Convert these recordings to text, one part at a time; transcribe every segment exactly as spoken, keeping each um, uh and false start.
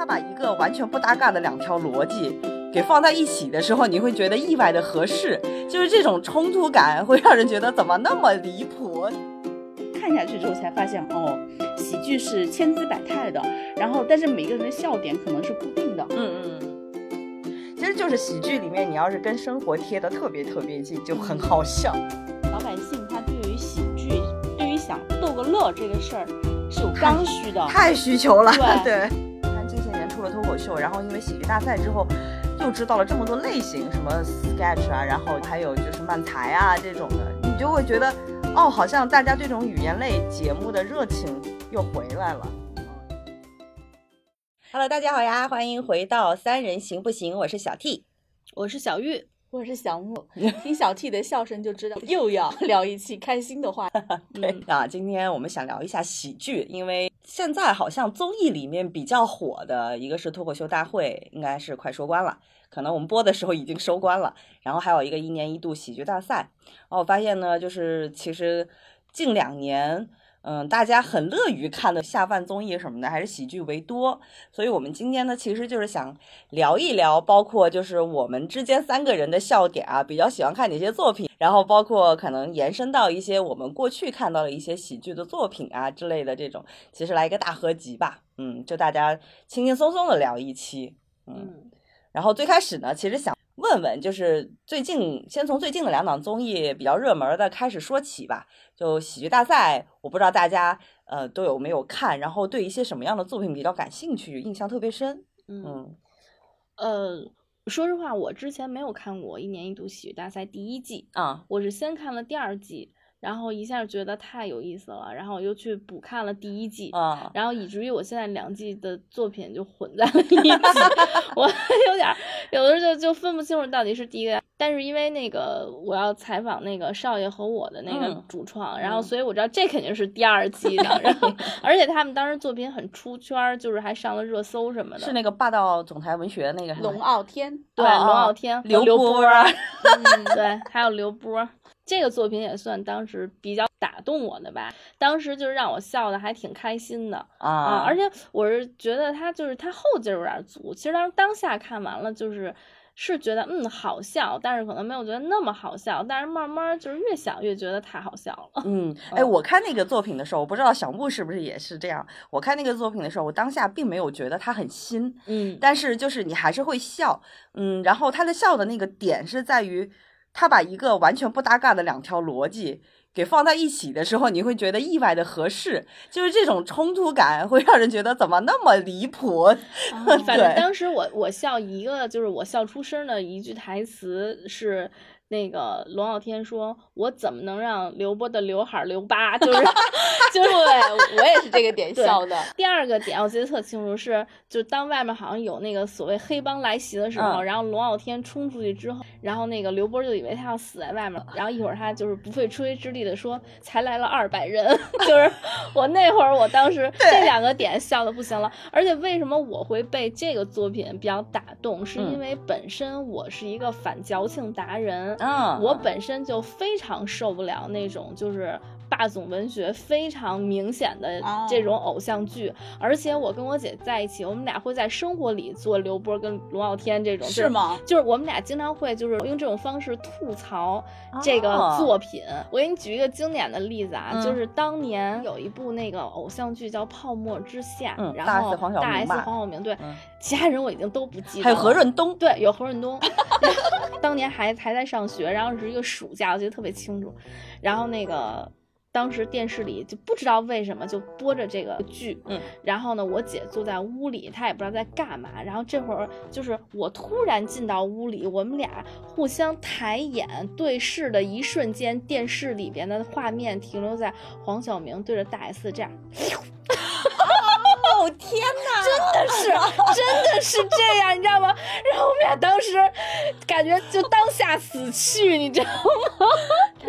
他把一个完全不搭嘎的两条逻辑给放在一起的时候，你会觉得意外的合适，就是这种冲突感会让人觉得怎么那么离谱。 看下去之后才发现，哦，喜剧是千姿百态的，然后但是每个人的笑点可能是固定的。 嗯嗯，其实就是喜剧里面，你要是跟生活贴得特别特别近，就很好笑。 老百姓他对于喜剧，对于想逗个乐这个事儿是有刚需的， 太需求了。 对对，看近些年出了脱口秀，然后因为喜剧大赛之后，又知道了这么多类型，什么 sketch 啊，然后还有就是漫才啊这种的，你就会觉得，哦，好像大家对这种语言类节目的热情又回来了。Hello， 大家好呀，欢迎回到三人行不行？我是小 T， 我是小玉，我是小木。听小 T 的笑声就知道又要聊一期开心的话。 对啊，今天我们想聊一下喜剧，因为现在好像综艺里面比较火的一个是脱口秀大会，应该是快收官了，可能我们播的时候已经收官了。然后还有一个一年一度喜剧大赛。然后我发现呢，就是其实近两年。嗯，大家很乐于看的下饭综艺什么的，还是喜剧为多。所以我们今天呢，其实就是想聊一聊，包括就是我们之间三个人的笑点啊，比较喜欢看哪些作品，然后包括可能延伸到一些我们过去看到的一些喜剧的作品啊之类的这种，其实来一个大合集吧。嗯，就大家轻轻松松的聊一期。嗯，嗯然后最开始呢，其实想问问，就是最近先从最近的两档综艺比较热门的开始说起吧。就喜剧大赛，我不知道大家呃都有没有看，然后对一些什么样的作品比较感兴趣，印象特别深。 嗯，嗯呃，说实话，我之前没有看过一年一度喜剧大赛第一季啊、嗯， 我是先看了第二季。然后一下觉得太有意思了，然后我又去补看了第一季， 啊、 然后以至于我现在两季的作品就混在了一起，我有点有的时候就分不清楚到底是第一个。但是因为那个我要采访那个少爷和我的那个主创，嗯、然后所以我知道这肯定是第二季的，然后而且他们当时作品很出圈，就是还上了热搜什么的。 是那个霸道总裁文学那个龙傲天，对， 哦、 龙傲天， 刘波， 嗯，对，还有刘波。这个作品也算当时比较打动我的吧，当时就是让我笑的还挺开心的啊、 啊、 呃，而且我是觉得他就是他后劲有点足。其实当当下看完了就是是觉得嗯好笑，但是可能没有觉得那么好笑，但是慢慢就是越想越觉得太好笑了。 嗯，哎，我看那个作品的时候，我不知道小木是不是也是这样。我看那个作品的时候，我当下并没有觉得它很新， 嗯， 但是就是你还是会笑，嗯，然后他的笑的那个点是在于。他把一个完全不搭嘎的两条逻辑给放在一起的时候，你会觉得意外的合适，就是这种冲突感会让人觉得怎么那么离谱。啊、 反正当时我我笑一个就是我笑出声的一句台词是那个龙傲天说：“我怎么能让刘波的刘海留疤？”就是就是对我也是这个点笑的。第二个点我记得特清楚是，就当外面好像有那个所谓黑帮来袭的时候，嗯、然后龙傲天冲出去之后，然后那个刘波就以为他要死在外面，然后一会儿他就是不费吹灰之力的说：“才来了二百人。”就是我那会儿，我当时这两个点笑的不行了。而且为什么我会被这个作品比较打动，是因为本身我是一个反矫情达人。 嗯， 我本身就非常受不了那种就是霸总文学非常明显的这种偶像剧， oh. 而且我跟我姐在一起，我们俩会在生活里做刘波跟龙傲天这种， 是吗？ 就是我们俩经常会就是用这种方式吐槽这个作品。Oh. 我给你举一个经典的例子啊，嗯、就是当年有一部那个偶像剧叫《泡沫之夏》， 嗯、 然后大 S 黄晓明，对， 嗯、 其他人我已经都不记得了， 还有何润东， 对，有何润东，当年还还在上学，然后是一个暑假，我记得特别清楚，然后那个。当时电视里就不知道为什么就播着这个剧， 嗯， 然后呢，我姐坐在屋里，她也不知道在干嘛，然后这会儿就是我突然进到屋里，我们俩互相抬眼对视的一瞬间，电视里边的画面停留在黄晓明对着大 S 这样。 哦天哪， 真的是真的是这样，你知道吗？然后我们俩当时感觉就当下死去，你知道吗？然后怕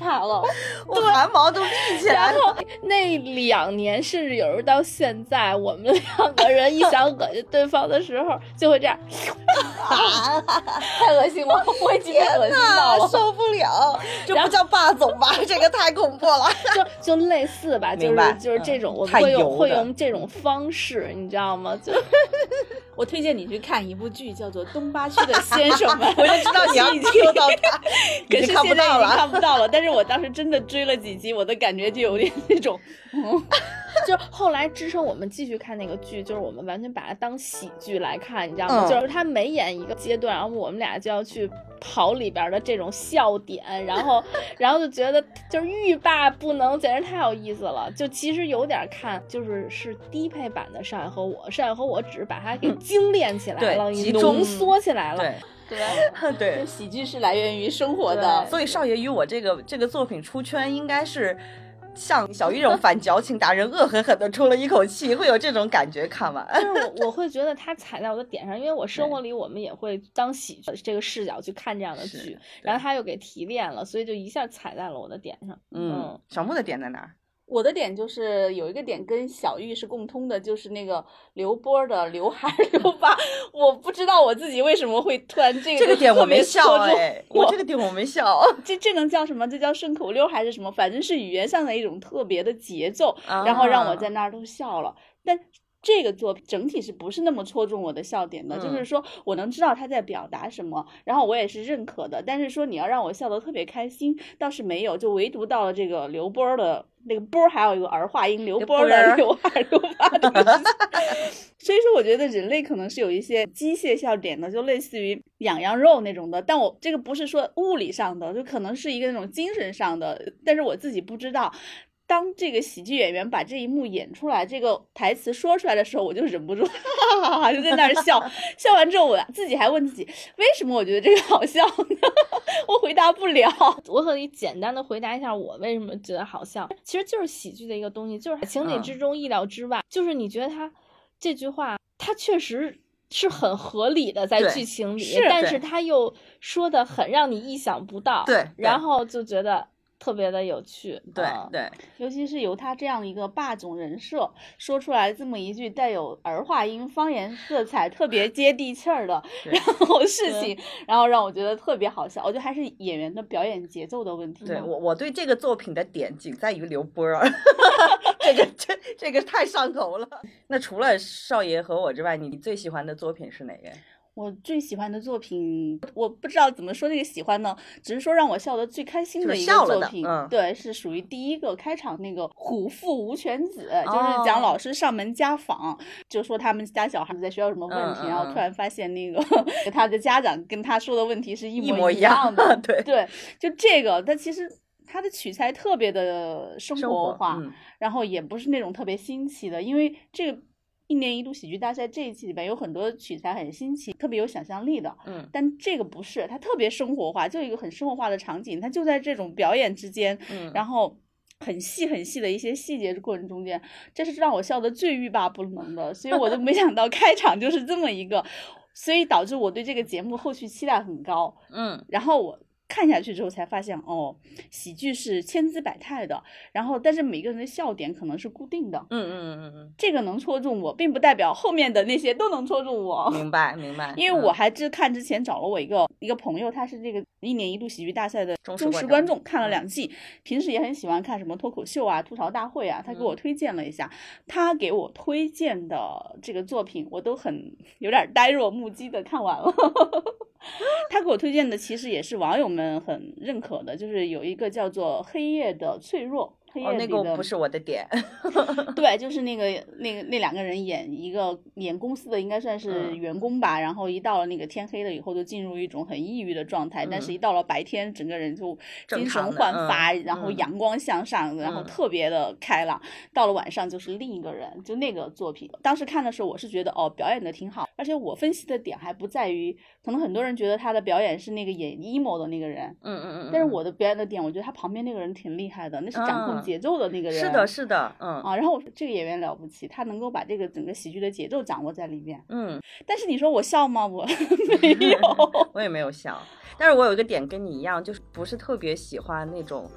怕了， 我汗毛都立起来然了。 后那两年，甚至有时候到现在，我们两个人一想恶心对方的时候，就会这样，太恶心了，我已经被恶心到了， 受不了，这不叫霸总吧？这个太恐怖了。 就就类似吧，就是就是这种， 嗯、 我会用会用这种方式，你知道吗？就我推荐你去看一部剧，叫做《东八区的先生们》。 我就知道你要说到他， 可是看不到了， 看不到了。但是我当时真的追了几集，我的感觉就有点那种，嗯，就后来支撑我们继续看那个剧，就是我们完全把它当喜剧来看，你知道吗？嗯、就是他每演一个阶段，然后我们俩就要去跑里边的这种笑点，然后然后就觉得就是欲罢不能，简直太有意思了。就其实有点看，就是是低配版的《少爷和我》，《少爷和我》只是把它给精炼起来了， 集浓缩起来了。 对。 对对， 喜剧是来源于生活的， 所以《少爷与我》这个这个作品出圈，应该是像小玉这种反矫情达人恶狠狠的出了一口气，会有这种感觉。看完， 就是我我会觉得他踩在我的点上，因为我生活里我们也会当喜剧这个视角去看这样的剧，然后他又给提炼了，所以就一下踩在了我的点上。 嗯，嗯小木的点在哪儿？ 我的点就是有一个点跟小玉是共通的，就是那个刘波的刘海留疤。我不知道我自己为什么会突然这个这个点我没笑哎，我这个点我没笑。 这这能叫什么？这叫顺口溜还是什么？反正是语言上的一种特别的节奏，啊、然后让我在那儿都笑了。但这个作品整体是不是那么戳中我的笑点的、嗯、就是说我能知道他在表达什么，然后我也是认可的，但是说你要让我笑得特别开心倒是没有，就唯独到了这个刘波的那个波还有一个儿化音，刘波的刘海刘疤这个事情所以说我觉得人类可能是有一些机械笑点的，就类似于痒痒肉那种的，但我这个不是说物理上的，就可能是一个那种精神上的，但是我自己不知道。当这个喜剧演员把这一幕演出来，这个台词说出来的时候，我就忍不住哈哈哈哈就在那儿笑。笑完之后，我自己还问自己，为什么我觉得这个好笑呢？我回答不了。 我可以简单的回答一下我为什么觉得好笑，其实就是喜剧的一个东西，就是情理之中、意料之外，嗯、就是你觉得他这句话，他确实是很合理的在剧情里， 是但是他又说的很让你意想不到， 对， 然后就觉得。特别的有趣， 对、 嗯、 对， 尤其是由他这样一个霸总人设说出来这么一句带有儿化音、方言色彩、特别接地气儿的然后事情，然后让我觉得特别好笑。我觉得还是演员的表演节奏的问题。 对我，我对这个作品的点仅在于刘波儿，这个这这个太上头了。那除了少爷和我之外，你最喜欢的作品是哪个？ 我最喜欢的作品，我不知道怎么说这个喜欢呢，只是说让我笑得最开心的一个作品， 嗯、 对，是属于第一个开场那个虎父无犬子，哦、就是讲老师上门家访，就说他们家小孩在学校有什么问题， 嗯、 然后突然发现那个他的家长跟他说的问题是一模一样的， 样对对，就这个，但其实。它的取材特别的生活化， 嗯、 然后也不是那种特别新奇的，因为这个。一年一度喜剧大赛这一期里边有很多取材很新奇，特别有想象力的， 嗯， 但这个不是，它特别生活化，就一个很生活化的场景，它就在这种表演之间， 嗯， 然后很细很细的一些细节过程中间，这是让我笑得最欲罢不能的，所以我都没想到开场就是这么一个，所以导致我对这个节目后续期待很高， 嗯， 然后我。看下去之后才发现，哦，喜剧是千姿百态的，然后但是每个人的笑点可能是固定的， 嗯嗯嗯嗯， 这个能戳中我，并不代表后面的那些都能戳中我。 明白明白。 因为我还是看之前找了我一个、嗯、一个朋友，他是这个一年一度喜剧大赛的忠实观众，看了两季，平时也很喜欢看什么脱口秀啊、吐槽大会啊，他给我推荐了一下，嗯、他给我推荐的这个作品，我都很有点呆若木鸡的看完了。他给我推荐的其实也是网友们很认可的，就是有一个叫做《黑夜的脆弱》。黑夜哦，那个不是我的点。 对，就是那个那个那两个人演一个演公司的，应该算是员工吧、嗯、然后一到了那个天黑了以后就进入一种很抑郁的状态、嗯、但是一到了白天整个人就精神焕发、嗯、然后阳光向上、嗯、然后特别的开朗、嗯、到了晚上就是另一个人。就那个作品当时看的时候我是觉得哦表演的挺好，而且我分析的点还不在于可能很多人觉得他的表演是那个演 emo 的那个人， 嗯嗯嗯， 但是我的表演的点我觉得他旁边那个人挺厉害的，那是掌控节奏的那个人、 嗯、是的是的，嗯啊，然后我说这个演员了不起，他能够把这个整个喜剧的节奏掌握在里面， 嗯， 但是你说我笑吗？我没有我也没有笑，但是我有一个点跟你一样，就是不是特别喜欢那种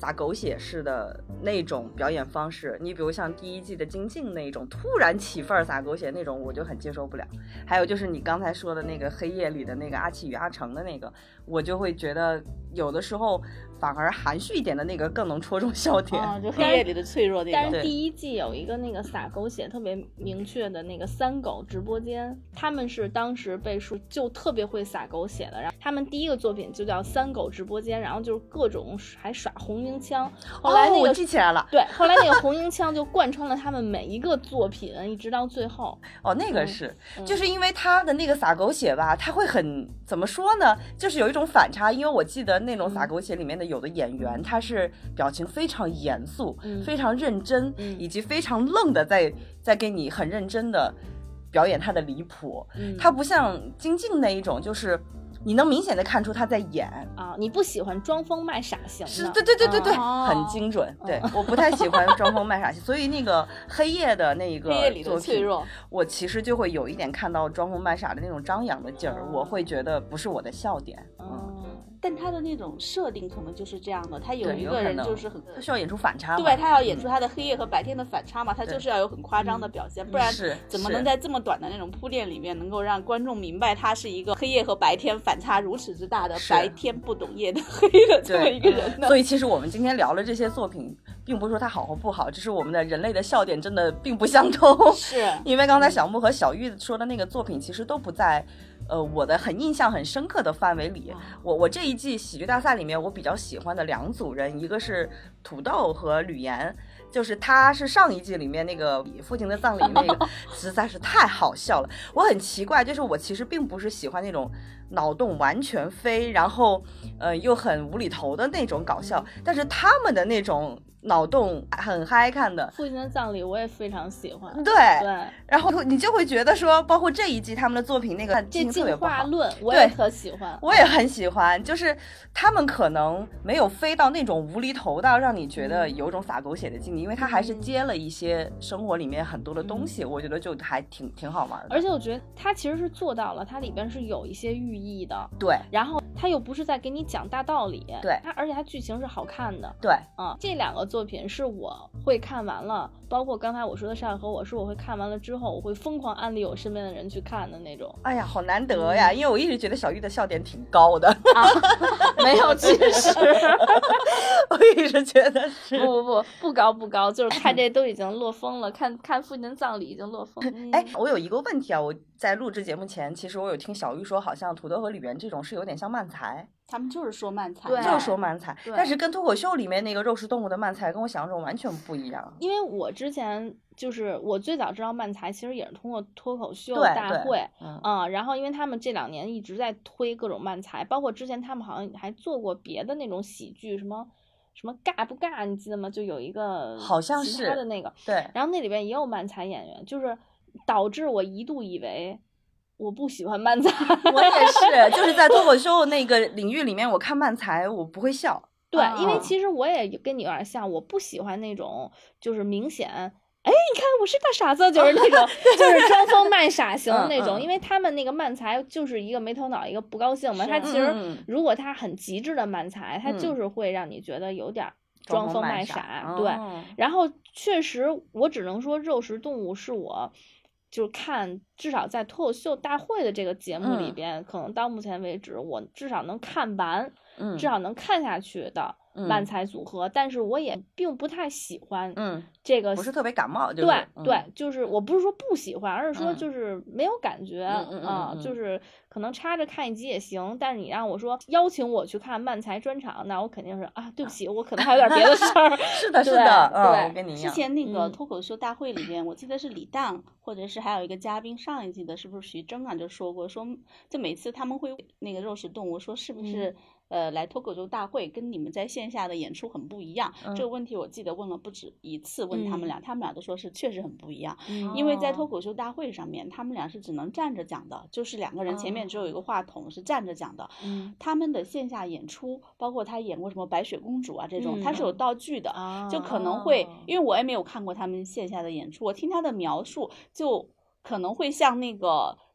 撒狗血式的那种表演方式，你比如像第一季的金靖那种突然起范儿撒狗血那种，我就很接受不了。还有就是你刚才说的那个黑夜里的那个阿七与阿成的那个，我就会觉得有的时候反而含蓄一点的那个更能戳中笑点， 啊、就黑夜里的脆弱那种。 但是第一季有一个那个撒狗血特别明确的那个三狗直播间，他们是当时被说就特别会撒狗血的，然后他们第一个作品就叫三狗直播间，然后就是各种还耍红缨枪，后来那个、 哦、我记起来了， 对，后来那个红缨枪就贯穿了他们每一个作品，一直到最后。 哦，那个是、 嗯、 就是因为他的那个撒狗血吧，他会很怎么说呢，就是有一种反差，因为我记得那种撒狗血里面的有的演员、嗯、他是表情非常严肃、嗯、非常认真、嗯、以及非常愣的在在给你很认真的表演他的离谱、嗯、他不像金靖那一种就是你能明显的看出他在演啊，你不喜欢装疯卖傻型的， 是，对对对对对， 哦、 很精准。对，哦、我不太喜欢装疯卖傻型，所以那个黑夜的那个黑夜里的脆弱， 我其实就会有一点看到装疯卖傻的那种张扬的劲儿、哦，我会觉得不是我的笑点。嗯。 哦，但他的那种设定可能就是这样的，他有一个人就是很， 他需要演出反差嘛， 对，他要演出他的黑夜和白天的反差嘛，他就是要有很夸张的表现，不然怎么能在这么短的那种铺垫里面能够让观众明白他是一个黑夜和白天反差如此之大的白天不懂夜的黑的这么一个人呢？ 所以其实我们今天聊了这些作品，并不是说它好或不好，只是我们的人类的笑点真的并不相同。 是因为刚才小木和小玉说的那个作品，其实都不在。呃，我的很印象很深刻的范围里，我我这一季喜剧大赛里面，我比较喜欢的两组人，一个是土豆和吕岩，就是他是上一季里面那个父亲的葬礼那个，实在是太好笑了。我很奇怪，就是我其实并不是喜欢那种脑洞完全飞，然后呃又很无厘头的那种搞笑，但是他们的那种脑洞很嗨看的。 父亲的葬礼我也非常喜欢。 对对， 然后你就会觉得说，包括这一季他们的作品那个这进化论我也特喜欢， 我也很喜欢，就是他们可能没有飞到那种无厘头到让你觉得有种撒狗血的境地，因为他还是接了一些生活里面很多的东西，嗯、我觉得就还挺挺好玩的。 而且我觉得他其实是做到了，他里边是有一些寓意的。 对， 然后他又不是在给你讲大道理。 对， 他而且他剧情是好看的。 对， 啊、嗯，这两个作品是我会看完了，包括刚才我说的《善和我》是我会看完了之后，我会疯狂安利我身边的人去看的那种。 哎呀，好难得呀！嗯、因为我一直觉得小玉的笑点挺高的。 啊、没有，其实我一直觉得是不不不不高不高，就是看这都已经落风了，看看父亲的葬礼已经落风。嗯、 哎，我有一个问题啊，我在录制节目前，其实我有听小玉说，好像土豆和李媛这种是有点像漫才。 他们就是说漫才， 就是说漫才，但是跟脱口秀里面那个肉食动物的漫才跟我想象中完全不一样。 因为我之前就是我最早知道漫才，其实也是通过脱口秀大会啊、 嗯嗯，然后因为他们这两年一直在推各种漫才，包括之前他们好像还做过别的那种喜剧，什么什么尬不尬，你记得吗？就有一个好像是其他的那个， 对， 然后那里边也有漫才演员，就是导致我一度以为。我不喜欢漫才， 我也是，就是在脱口秀那个领域里面，我看漫才我不会笑。 对，因为其实我也跟你有点像，我不喜欢那种就是明显，哎，你看我是个傻子，就是那种就是装疯卖傻型的那种，嗯嗯因为他们那个漫才就是一个没头脑，一个不高兴嘛。他其实如果他很极致的漫才，他就是会让你觉得有点装疯卖傻。 嗯、 对、 哦， 然后确实，我只能说肉食动物是我。就是看，至少在脱口秀大会的这个节目里边，嗯、可能到目前为止，我至少能看完，嗯、至少能看下去的漫才组合，嗯、但是我也并不太喜欢， 嗯， 这个不是特别感冒，就是、 对、 嗯、 对，就是我不是说不喜欢，而是说就是没有感觉啊、 嗯嗯呃，就是可能插着看一集也行，但是你让我说邀请我去看漫才专场，那我肯定是啊，对不起，我可能还有点别的事儿。 是的，是的， 对， 嗯，我跟你一样。 之前那个脱口秀大会里边，嗯、我记得是李诞，或者是还有一个嘉宾，上一季的是不是徐峥啊，就说过，说就每次他们会那个肉食动物说是不是、嗯。呃，来脱口秀大会跟你们在线下的演出很不一样、嗯、这个问题我记得问了不止一次，问他们俩、嗯、他们俩都说是确实很不一样、嗯、因为在脱口秀大会上面他们俩是只能站着讲的，就是两个人前面只有一个话筒是站着讲的、嗯、他们的线下演出包括他演过什么白雪公主啊这种、嗯、他是有道具的、嗯、就可能会因为我也没有看过他们线下的演出，我听他的描述就可能会像那个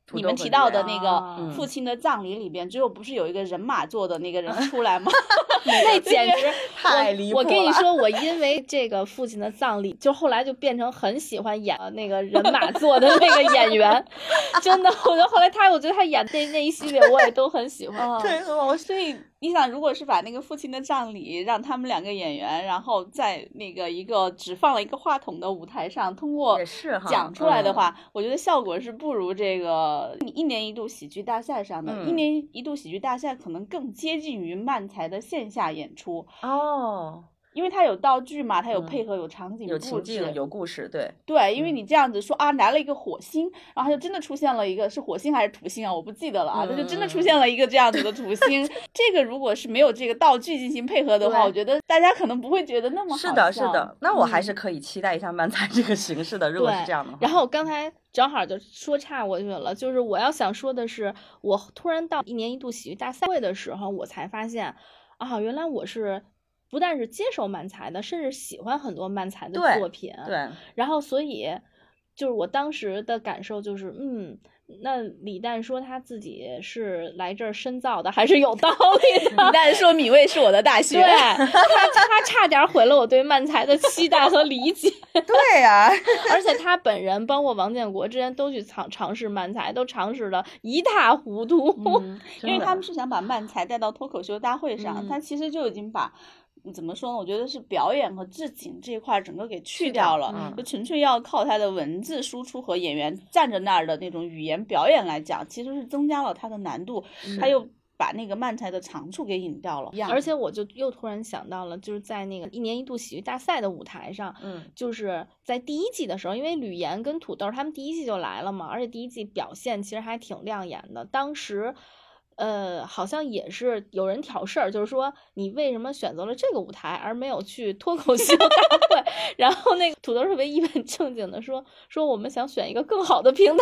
你们提到的那个父亲的葬礼里边，只有不是有一个人马座的那个人出来吗？ 那简直太离谱了。 我跟你说，我因为这个父亲的葬礼，就后来就变成很喜欢演那个人马座的那个演员，真的，我觉得后来他，我觉得他演那那一系列我也都很喜欢。 对，所以你想，如果是把那个父亲的葬礼让他们两个演员，然后在那个一个只放了一个话筒的舞台上，通过讲出来的话，嗯、我觉得效果是不如这个你一年一度喜剧大赛上的。嗯、一年一度喜剧大赛可能更接近于漫才的线下演出哦。 因为它有道具嘛，它有配合，有场景布置， 有情境，有故事，对对，因为你这样子说啊，来了一个火星，然后就真的出现了一个是火星还是土星啊，我不记得了啊，它、嗯、就真的出现了一个这样子的土星。这个如果是没有这个道具进行配合的话，我觉得大家可能不会觉得那么好笑。 是的，是的，那我还是可以期待一下漫才这个形式的，嗯、如果是这样的话。 然后我刚才正好就说岔过去了，就是我要想说的是，我突然到一年一度喜剧大赛会的时候，我才发现啊，原来我是。不但是接受漫才的，甚至喜欢很多漫才的作品。 对，对然后所以就是我当时的感受就是，嗯，那李诞说他自己是来这儿深造的，还是有道理的。 李诞说米未是我的大学， 对他他差点毁了我对漫才的期待和理解。 对呀、啊， 而且他本人包括王建国之前都去尝尝试漫才，都尝试的一塌糊涂。 嗯、因为他们是想把漫才带到脱口秀大会上，嗯、他其实就已经把。怎么说呢？我觉得是表演和置景这一块整个给去掉了， 嗯、 就纯粹要靠他的文字输出和演员站着那儿的那种语言表演来讲，其实是增加了他的难度，他又把那个漫才的长处给引掉了。 而且我就又突然想到了，就是在那个一年一度喜剧大赛的舞台上， 嗯， 就是在第一季的时候，因为吕岩跟土豆他们第一季就来了嘛，而且第一季表现其实还挺亮眼的，当时。呃，好像也是有人挑事儿，就是说你为什么选择了这个舞台，而没有去脱口秀大会？然后那个土豆特别一本正经的说，说我们想选一个更好的平台。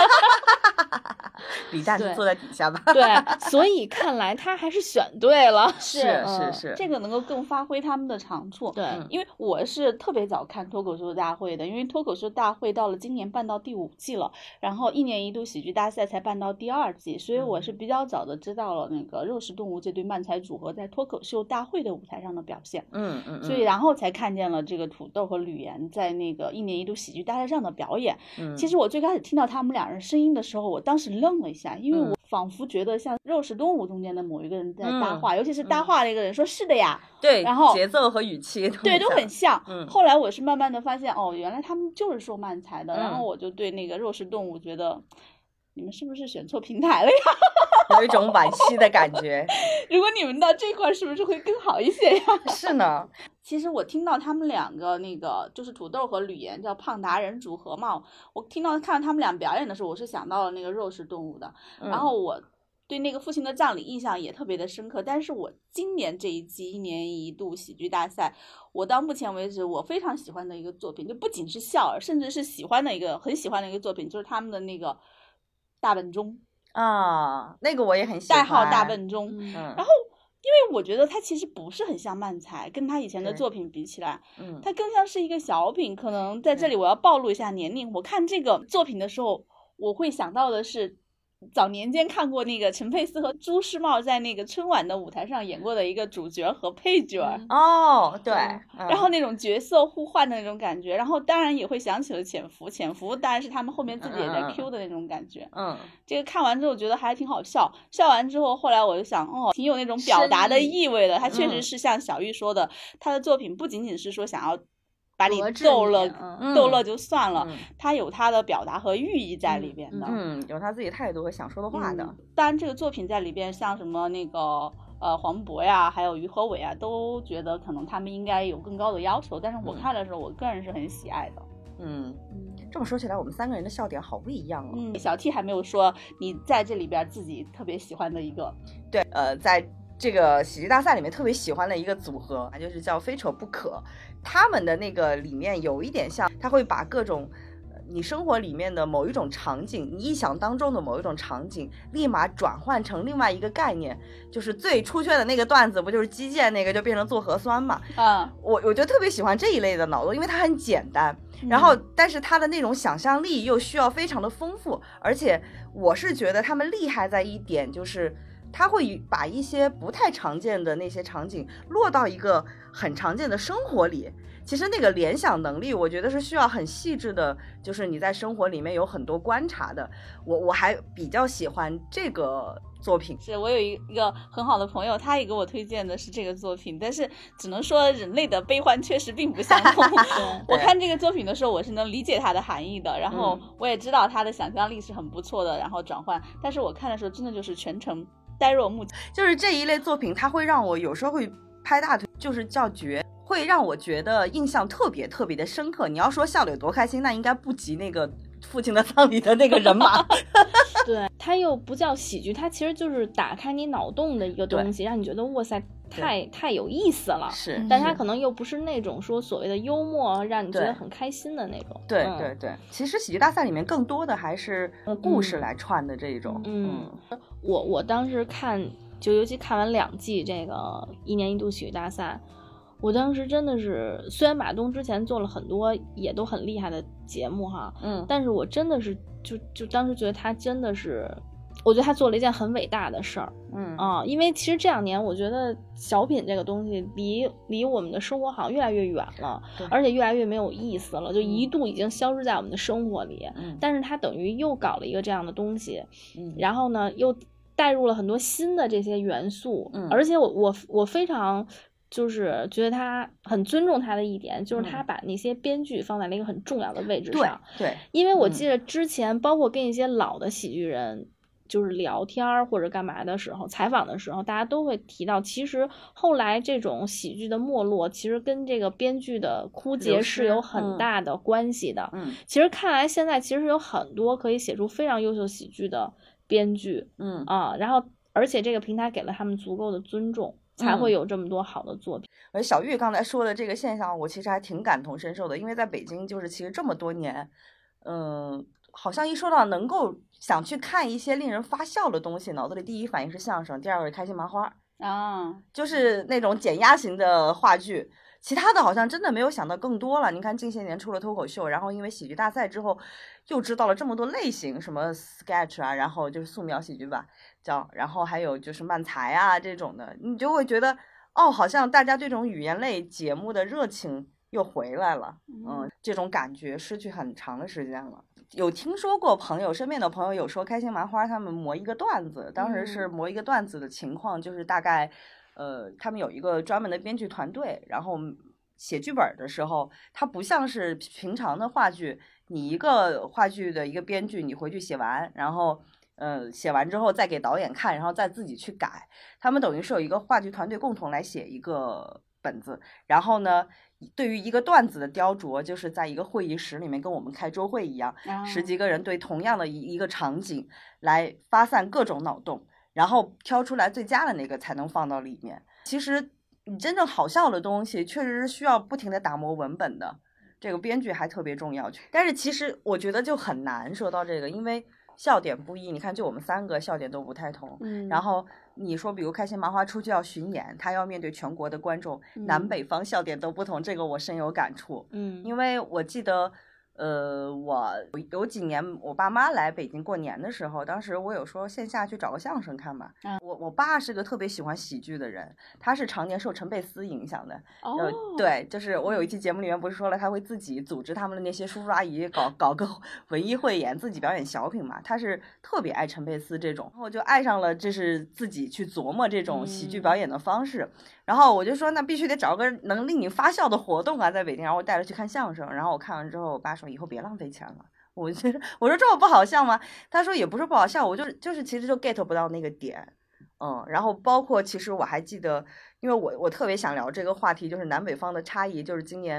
李诞是坐在底下吧？ 对，所以看来他还是选对了。 是是是， 这个能够更发挥他们的长处。 对， 因为我是特别早看脱口秀大会的，因为脱口秀大会到了今年办到第五季了，然后一年一度喜剧大赛才办到第二季，所以我是比较早。早的知道了那个肉食动物这对漫才组合在脱口秀大会的舞台上的表现， 嗯嗯， 所以然后才看见了这个土豆和吕岩在那个一年一度喜剧大赛上的表演。 嗯， 其实我最开始听到他们两人声音的时候，我当时愣了一下，因为我仿佛觉得像肉食动物中间的某一个人在搭话，嗯、尤其是搭话那个人说是的呀， 对， 然后节奏和语气都对都很像。 嗯， 后来我是慢慢的发现，哦，原来他们就是说漫才的， 嗯、 然后我就对那个肉食动物觉得。你们是不是选错平台了呀？ 有一种惋惜的感觉。 如果你们到这块是不是会更好一些呀？ 是呢。 其实我听到他们两个那个就是土豆和吕岩叫胖达人组合嘛，我听到看到他们俩表演的时候，我是想到了那个肉食动物的， 嗯、 然后我对那个父亲的葬礼印象也特别的深刻。但是我今年这一季一年一度喜剧大赛，我到目前为止我非常喜欢的一个作品，就不仅是笑而甚至是喜欢的一个很喜欢的一个作品，就是他们的那个大笨钟啊，那个我也很喜欢， 代号大笨钟。 嗯， 然后因为我觉得它其实不是很像漫才，跟他以前的作品比起来， 嗯， 它更像是一个小品。可能在这里我要暴露一下年龄，我看这个作品的时候，我会想到的是早年间看过那个陈佩斯和朱时茂在那个春晚的舞台上演过的一个主角和配角。 哦，对、 嗯，然后那种角色互换的那种感觉，然后当然也会想起了潜伏，潜伏当然是他们后面自己也在 Q 的那种感觉。 嗯， 这个看完之后觉得还挺好笑，笑完之后后来我就想，哦，挺有那种表达的意味的。他确实是像小玉说的，他的作品不仅仅是说想要把你逗了、嗯、逗乐就算了、嗯、他有他的表达和寓意在里边的。 嗯，有他自己态度和想说的话的、嗯、 当然这个作品在里边像什么那个呃黄渤呀还有于和伟啊都觉得可能他们应该有更高的要求，但是我看的时候、嗯、我个人是很喜爱的。 嗯，这么说起来我们三个人的笑点好不一样哦。 嗯，小 T 还没有说你在这里边自己特别喜欢的一个。 对，呃在这个喜剧大赛里面特别喜欢的一个组合就是叫非丑不可，他们的那个里面有一点像他会把各种你生活里面的某一种场景，你臆想当中的某一种场景，立马转换成另外一个概念，就是最出圈的那个段子，不就是基建那个就变成做核酸嘛？ 啊， 我我就特别喜欢这一类的脑洞，因为它很简单，然后但是它的那种想象力又需要非常的丰富，而且我是觉得他们厉害在一点就是。他会把一些不太常见的那些场景落到一个很常见的生活里，其实那个联想能力我觉得是需要很细致的，就是你在生活里面有很多观察的，我我还比较喜欢这个作品。 是我有一个很好的朋友，他也给我推荐的是这个作品，但是只能说人类的悲欢确实并不相同我看这个作品的时候我是能理解它的含义的，然后我也知道他的想象力是很不错的，然后转换，但是我看的时候真的就是全程呆若木鸡。 就是这一类作品它会让我有时候会拍大腿，就是叫绝，会让我觉得印象特别特别的深刻。你要说笑得有多开心，那应该不及那个父亲的葬礼的那个人马对，它又不叫喜剧，它其实就是打开你脑洞的一个东西，让你觉得哇塞太太有意思了， 是， 但它可能又不是那种说所谓的幽默让你觉得很开心的那种。 对、嗯、对对，其实喜剧大赛里面更多的还是用故事来串的这种。 嗯，嗯我我当时看，就尤其看完两季这个一年一度喜剧大赛，我当时真的是，虽然马东之前做了很多也都很厉害的节目哈， 嗯， 但是我真的是就就当时觉得他真的是。我觉得他做了一件很伟大的事儿， 嗯啊，因为其实这两年我觉得小品这个东西离离我们的生活好像越来越远了，而且越来越没有意思了，就一度已经消失在我们的生活里。 嗯， 但是他等于又搞了一个这样的东西， 嗯， 然后呢又带入了很多新的这些元素， 嗯， 而且我我我非常就是觉得他很尊重他的一点，就是他把那些编剧放在了一个很重要的位置上。 嗯、对，对， 因为我记得之前包括跟一些老的喜剧人。就是聊天或者干嘛的时候，采访的时候，大家都会提到，其实后来这种喜剧的没落，其实跟这个编剧的枯竭是有很大的关系的。 嗯， 其实看来现在其实有很多可以写出非常优秀喜剧的编剧， 嗯啊，然后而且这个平台给了他们足够的尊重，才会有这么多好的作品。 而小玉刚才说的这个现象，我其实还挺感同身受的，因为在北京，就是其实这么多年，嗯。好像一说到能够想去看一些令人发笑的东西，脑子里第一反应是相声，第二个是开心麻花啊， 就是那种减压型的话剧。其他的好像真的没有想到更多了。你看近些年出了脱口秀，然后因为喜剧大赛之后，又知道了这么多类型，什么 sketch 啊，然后就是素描喜剧吧，叫，然后还有就是漫才啊这种的，你就会觉得哦，好像大家对这种语言类节目的热情又回来了。嗯，这种感觉失去很长的时间了。有听说过朋友身边的朋友有说开心麻花他们磨一个段子，当时是磨一个段子的情况，就是大概呃他们有一个专门的编剧团队，然后写剧本的时候，它不像是平常的话剧，你一个话剧的一个编剧你回去写完，然后呃写完之后再给导演看，然后再自己去改，他们等于是有一个话剧团队共同来写一个本子，然后呢对于一个段子的雕琢，就是在一个会议室里面跟我们开周会一样， 啊、 十几个人对同样的一一个场景来发散各种脑洞，然后挑出来最佳的那个才能放到里面。其实你真正好笑的东西确实是需要不停的打磨文本的，这个编剧还特别重要。但是其实我觉得就很难说到这个，因为笑点不一，你看就我们三个笑点都不太同， 嗯， 然后你说比如开心麻花出去要巡演，他要面对全国的观众， 嗯、 南北方笑点都不同，这个我深有感触。 嗯， 因为我记得呃，我有几年我爸妈来北京过年的时候，当时我有说线下去找个相声看吧。 嗯、 我我爸是个特别喜欢喜剧的人，他是常年受陈佩斯影响的。 哦， 呃，对，就是我有一期节目里面不是说了，他会自己组织他们的那些叔叔阿姨搞搞个文艺汇演，自己表演小品嘛。他是特别爱陈佩斯这种，然后就爱上了，就是自己去琢磨这种喜剧表演的方式。嗯、然后我就说，那必须得找个能令你发笑的活动啊，在北京。然后我带他去看相声，然后我看完之后，我爸说以后别浪费钱了。我就我说这么不好笑吗？他说也不是不好笑，我就就是其实就 get 不到那个点。嗯，然后包括其实我还记得，因为我我特别想聊这个话题，就是南北方的差异。就是今年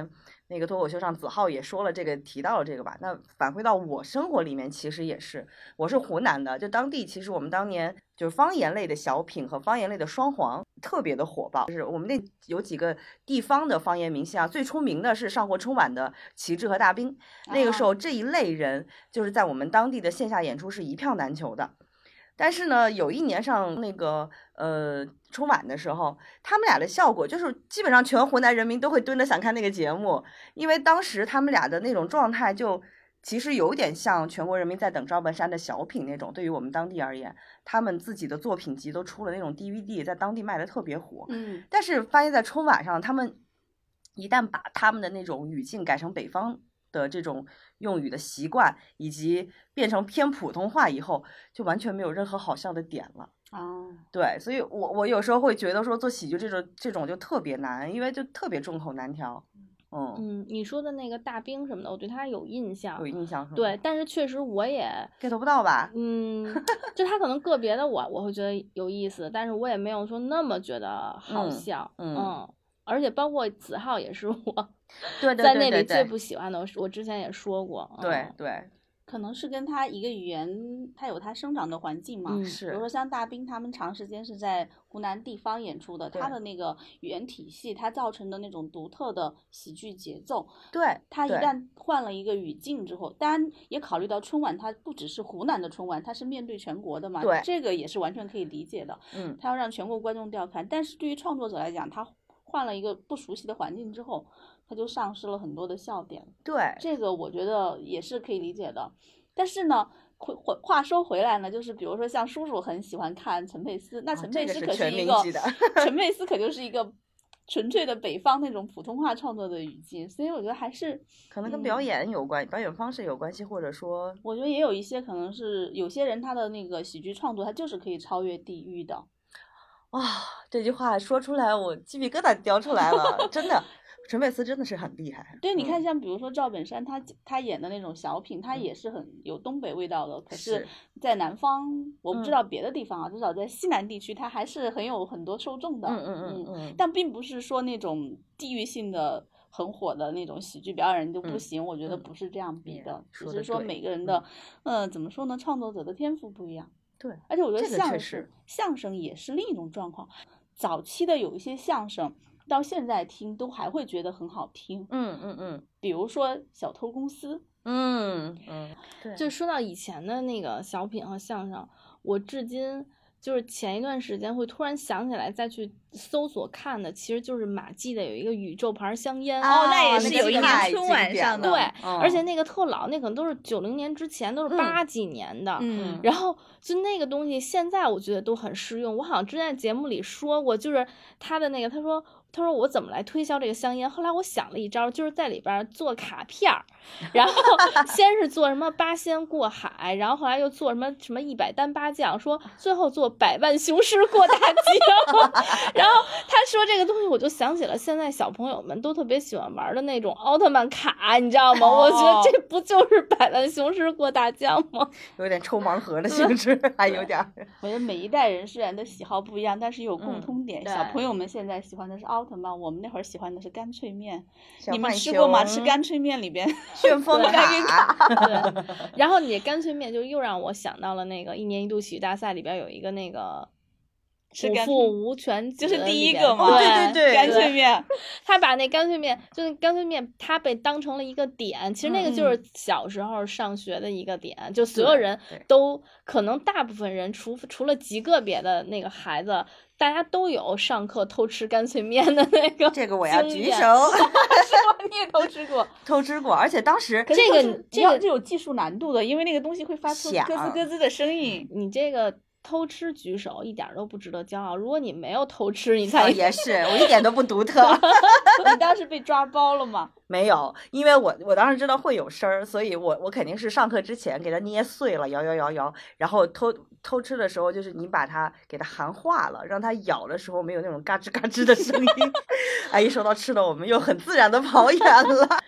那个脱口秀上子浩也说了这个，提到了这个吧。那返回到我生活里面，其实也是，我是湖南的，就当地其实我们当年就是方言类的小品和方言类的双簧特别的火爆，就是我们那有几个地方的方言明星啊，最出名的是上过春晚的齐志和大兵，那个时候这一类人就是在我们当地的线下演出是一票难求的。但是呢，有一年上那个呃春晚的时候，他们俩的效果就是基本上全湖南人民都会蹲着想看那个节目，因为当时他们俩的那种状态就其实有点像全国人民在等赵本山的小品那种。对于我们当地而言，他们自己的作品集都出了那种 D V D， 在当地卖的特别火。 嗯， 但是发现在春晚上，他们一旦把他们的那种语境改成北方的这种用语的习惯，以及变成偏普通话以后，就完全没有任何好笑的点了。 哦， 对，所以我我有时候会觉得说做喜剧这种这种就特别难，因为就特别众口难调。嗯嗯，你说的那个大兵什么的，我对他有印象， 有印象是吗？ 对，但是确实我也 get 不到吧？ 嗯，就他可能个别的我我会觉得有意思，但是我也没有说那么觉得好笑。 嗯，嗯嗯而且包括子浩也是我对对对在那里对对最不喜欢的，我之前也说过。 对嗯、 对， 可能是跟他一个语言，他有他生长的环境嘛。 嗯比是如说像大兵他们长时间是在湖南地方演出的， 对他的那个语言体系，它造成的那种独特的喜剧节奏。 对， 他一对旦换了一个语境之后，当然也考虑到春晚，它不只是湖南的春晚，它是面对全国的嘛。 对这个也是完全可以理解的。 嗯， 他要让全国观众调看，但是对于创作者来讲，他换了一个不熟悉的环境之后，他就丧失了很多的笑点。 对， 这个我觉得也是可以理解的。但是呢，回回话说回来呢，就是比如说像叔叔很喜欢看陈佩斯，那陈佩斯可是一个， 全民级的陈佩斯可就是一个纯粹的北方那种普通话创作的语境，所以我觉得还是可能跟表演有关，嗯、表演方式有关系，或者说， 我觉得也有一些可能是有些人他的那个喜剧创作，他就是可以超越地域的。 哇、哦，这句话说出来，我鸡皮疙瘩掉出来了，真的。陈佩斯真的是很厉害。 对，你看像比如说赵本山他他演的那种小品，他也是很有东北味道的，可是在南方我不知道别的地方啊，至少在西南地区他还是很有很多受众的。 嗯嗯嗯嗯， 但并不是说那种地域性的很火的那种喜剧表演人就不行， 嗯、 我觉得不是这样比的， 嗯、 只是说每个人的嗯、呃、怎么说呢，创作者的天赋不一样。 对， 而且我觉得相声、 这个、 相声也是另一种状况。早期的有一些相声到现在听都还会觉得很好听。 嗯嗯嗯， 比如说小偷公司。 嗯嗯，对。 就说到以前的那个小品和相声，我至今就是前一段时间会突然想起来再去搜索看的，其实就是马季的有一个宇宙牌香烟。 哦，那也是有一年春晚上的。 对、 嗯， 而且那个特老，那可能都是九零年之前，都是八几年的。 嗯， 然后就那个东西现在我觉得都很适用。我好像之前在节目里说过，就是他的那个他说他说我怎么来推销这个香烟，后来我想了一招，就是在里边做卡片儿，然后先是做什么八仙过海，然后后来又做什么什么一百单八将，说最后做百万雄师过大江。然后他说这个东西，我就想起了现在小朋友们都特别喜欢玩的那种奥特曼卡，你知道吗？ 哦、 我觉得这不就是百万雄师过大江吗？ 有点抽盲盒的性质，还有点。 我觉得每一代人虽然的喜好不一样，但是有共通点。 嗯、 小朋友们现在喜欢的是奥特曼，我们那会儿喜欢的是干脆面。你们吃过吗？吃干脆面里边旋风卡。 对，然后你干脆面就又让我想到了那个一年一度喜剧大赛里边有一个那个是五父无犬子， 就是第一个嘛， 对对对， 干脆面。 他把那干脆面，就是干脆面，他被当成了一个点。其实那个就是小时候上学的一个点，嗯、就所有人都可能大部分人除除了极个别的那个孩子，大家都有上课偷吃干脆面的那个。 这个我要举手。 是吗？你也偷吃过？ 偷吃过，而且当时这个这个是有技术难度的，因为那个东西会发出咯吱咯吱的声音。 你这个。偷吃举手一点都不值得骄傲。如果你没有偷吃，你才、 哦、也是，我一点都不独特。 你当时被抓包了吗？ 没有，因为我我当时知道会有声儿，所以我我肯定是上课之前给它捏碎了，摇摇摇摇，然后偷偷吃的时候，就是你把它给它含化了，让它咬的时候没有那种嘎吱嘎吱的声音。哎，一说到吃的，我们又很自然的跑远了。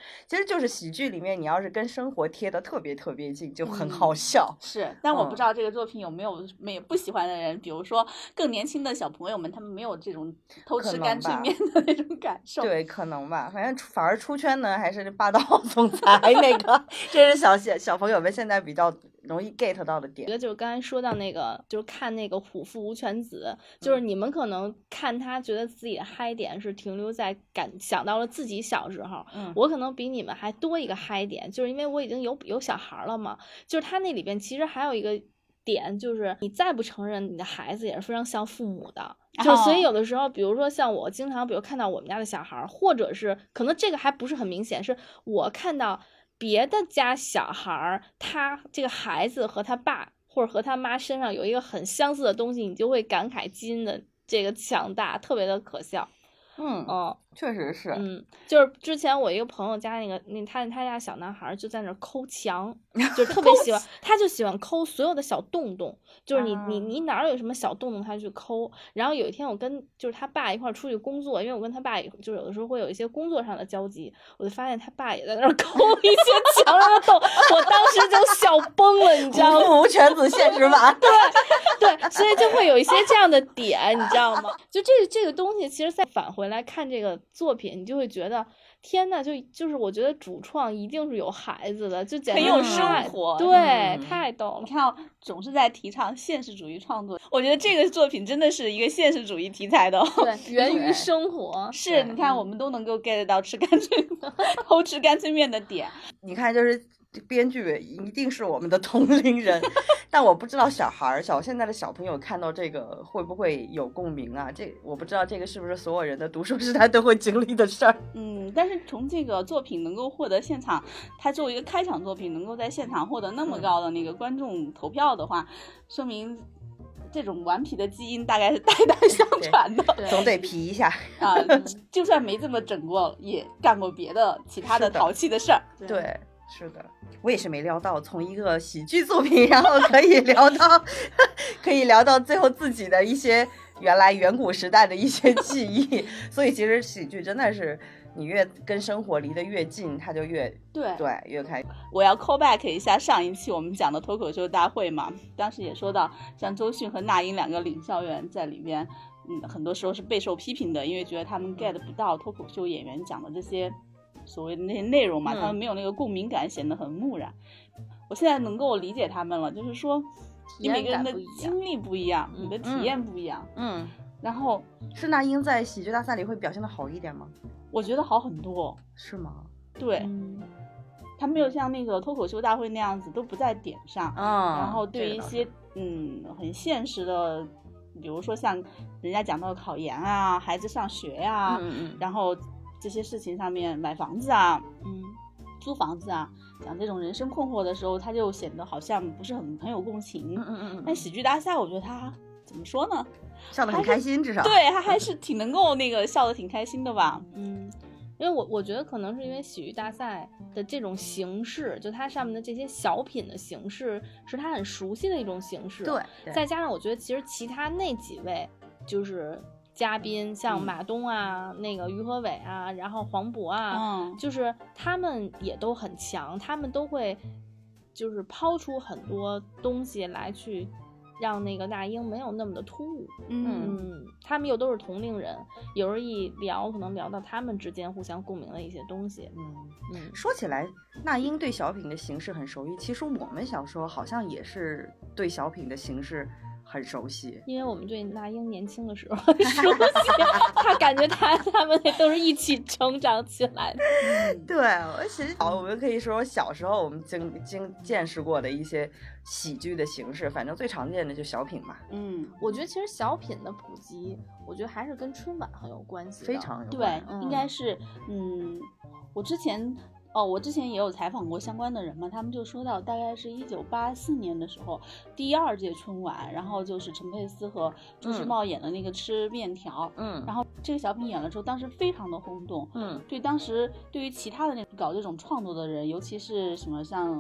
其实就是喜剧里面，你要是跟生活贴的特别特别近，就很好笑。 嗯、是，但我不知道这个作品有没有没有不喜欢的人，比如说更年轻的小朋友们，他们没有这种偷吃干脆面的那种感受。 对，可能吧。反正反而出圈呢，还是霸道总裁那个，这是小小小朋友们现在比较容易 get 到的点。 一个就是刚才说到那个，就是看那个虎父无犬子，就是你们可能看他觉得自己的嗨点是停留在感想到了自己小时候， 嗯， 我可能比你们还多一个嗨点，就是因为我已经有有小孩了嘛，就是他那里边其实还有一个点，就是你再不承认你的孩子也是非常像父母的，就是所以有的时候比如说像我经常比如看到我们家的小孩，或者是可能这个还不是很明显，是我看到别的家小孩他这个孩子和他爸或者和他妈身上有一个很相似的东西，你就会感慨基因的这个强大，特别的可笑。 嗯嗯， 确实是。 嗯，就是之前我一个朋友家那个那他他家小男孩就在那抠墙，就是特别喜欢，他就喜欢抠所有的小洞洞，就是你、啊、你你哪儿有什么小洞洞他就去抠。然后有一天我跟就是他爸一块出去工作，因为我跟他爸就是有的时候会有一些工作上的交集，我就发现他爸也在那儿抠一些墙上的洞，我当时就笑崩了，你知道吗？ 虎父无犬子现实版。 对对，所以就会有一些这样的点，你知道吗？就这这个东西，其实再返回来看这个作品，你就会觉得天呐，就就是我觉得主创一定是有孩子的，就简直很有生活， 对、嗯，太逗了。 你看、哦，总是在提倡现实主义创作，我觉得这个作品真的是一个现实主义题材的， 对，源于生活。 是，你看我们都能够 get 到吃干脆偷吃干脆面的点。 你看，就是编剧一定是我们的同龄人。但我不知道小孩小现在的小朋友看到这个会不会有共鸣啊？这我不知道，这个是不是所有人的读书时代都会经历的事儿？ 嗯，但是从这个作品能够获得现场，它作为一个开场作品，能够在现场获得那么高的那个观众投票的话，嗯、说明这种顽皮的基因大概是代代相传的， 总得皮一下啊、呃！就算没这么整过，也干过别的其他的淘气的事儿。 对。对是的，我也是没料到，从一个喜剧作品，然后可以聊到，可以聊到最后自己的一些原来远古时代的一些记忆。所以其实喜剧真的是，你越跟生活离得越近，它就越对对越开。 我要 call back 一下上一期我们讲的脱口秀大会嘛，当时也说到，像周迅和那英两个领笑员在里边，嗯，很多时候是备受批评的，因为觉得他们 get 不到脱口秀演员讲的这些。所谓的那些内容嘛，他们没有那个共鸣感，显得很木然。我现在能够理解他们了，就是说你每个人的经历不一样，你的体验不一样。 嗯， 然后是那英在喜剧大赛里会表现的好一点吗？ 我觉得好很多。 是吗？ 对， 嗯、 他没有像那个脱口秀大会那样子都不在点上。 嗯， 然后对于一些嗯很现实的，比如说像人家讲到考研啊，孩子上学呀、啊， 嗯嗯， 然后。这些事情上面，买房子啊， 嗯， 租房子啊，讲这种人生困惑的时候，他就显得好像不是很很有共情。 嗯嗯嗯。 但喜剧大赛，我觉得他怎么说呢？ 笑得很开心，至少对他还是挺能够那个笑得挺开心的吧。 嗯，因为我我觉得可能是因为喜剧大赛的这种形式，就它上面的这些小品的形式是他很熟悉的一种形式。 对， 再加上我觉得其实其他那几位就是嘉宾，像马东啊、嗯、那个于和伟啊，然后黄渤啊、 嗯， 就是他们也都很强，他们都会就是抛出很多东西来去让那个那英没有那么的突兀。 嗯嗯，他们又都是同龄人，有时候一聊可能聊到他们之间互相共鸣的一些东西。 嗯嗯， 说起来那英对小品的形式很熟悉，其实我们小时候好像也是对小品的形式很熟悉， 因为我们对那英年轻的时候很熟悉，他感觉他他们都是一起成长起来的。 嗯、对，而且我们可以说小时候我们经经见识过的一些喜剧的形式，反正最常见的就小品嘛。 嗯， 我觉得其实小品的普及，我觉得还是跟春晚很有关系的， 非常有关系。 对、 嗯，应该是，嗯，我之前。哦，我之前也有采访过相关的人嘛，他们就说到，大概是一九八四年的时候，第二届春晚，然后就是陈佩斯和朱时茂演的那个吃面条， 嗯， 然后这个小品演了之后，当时非常的轰动， 嗯， 对，当时对于其他的那搞这种创作的人，尤其是什么像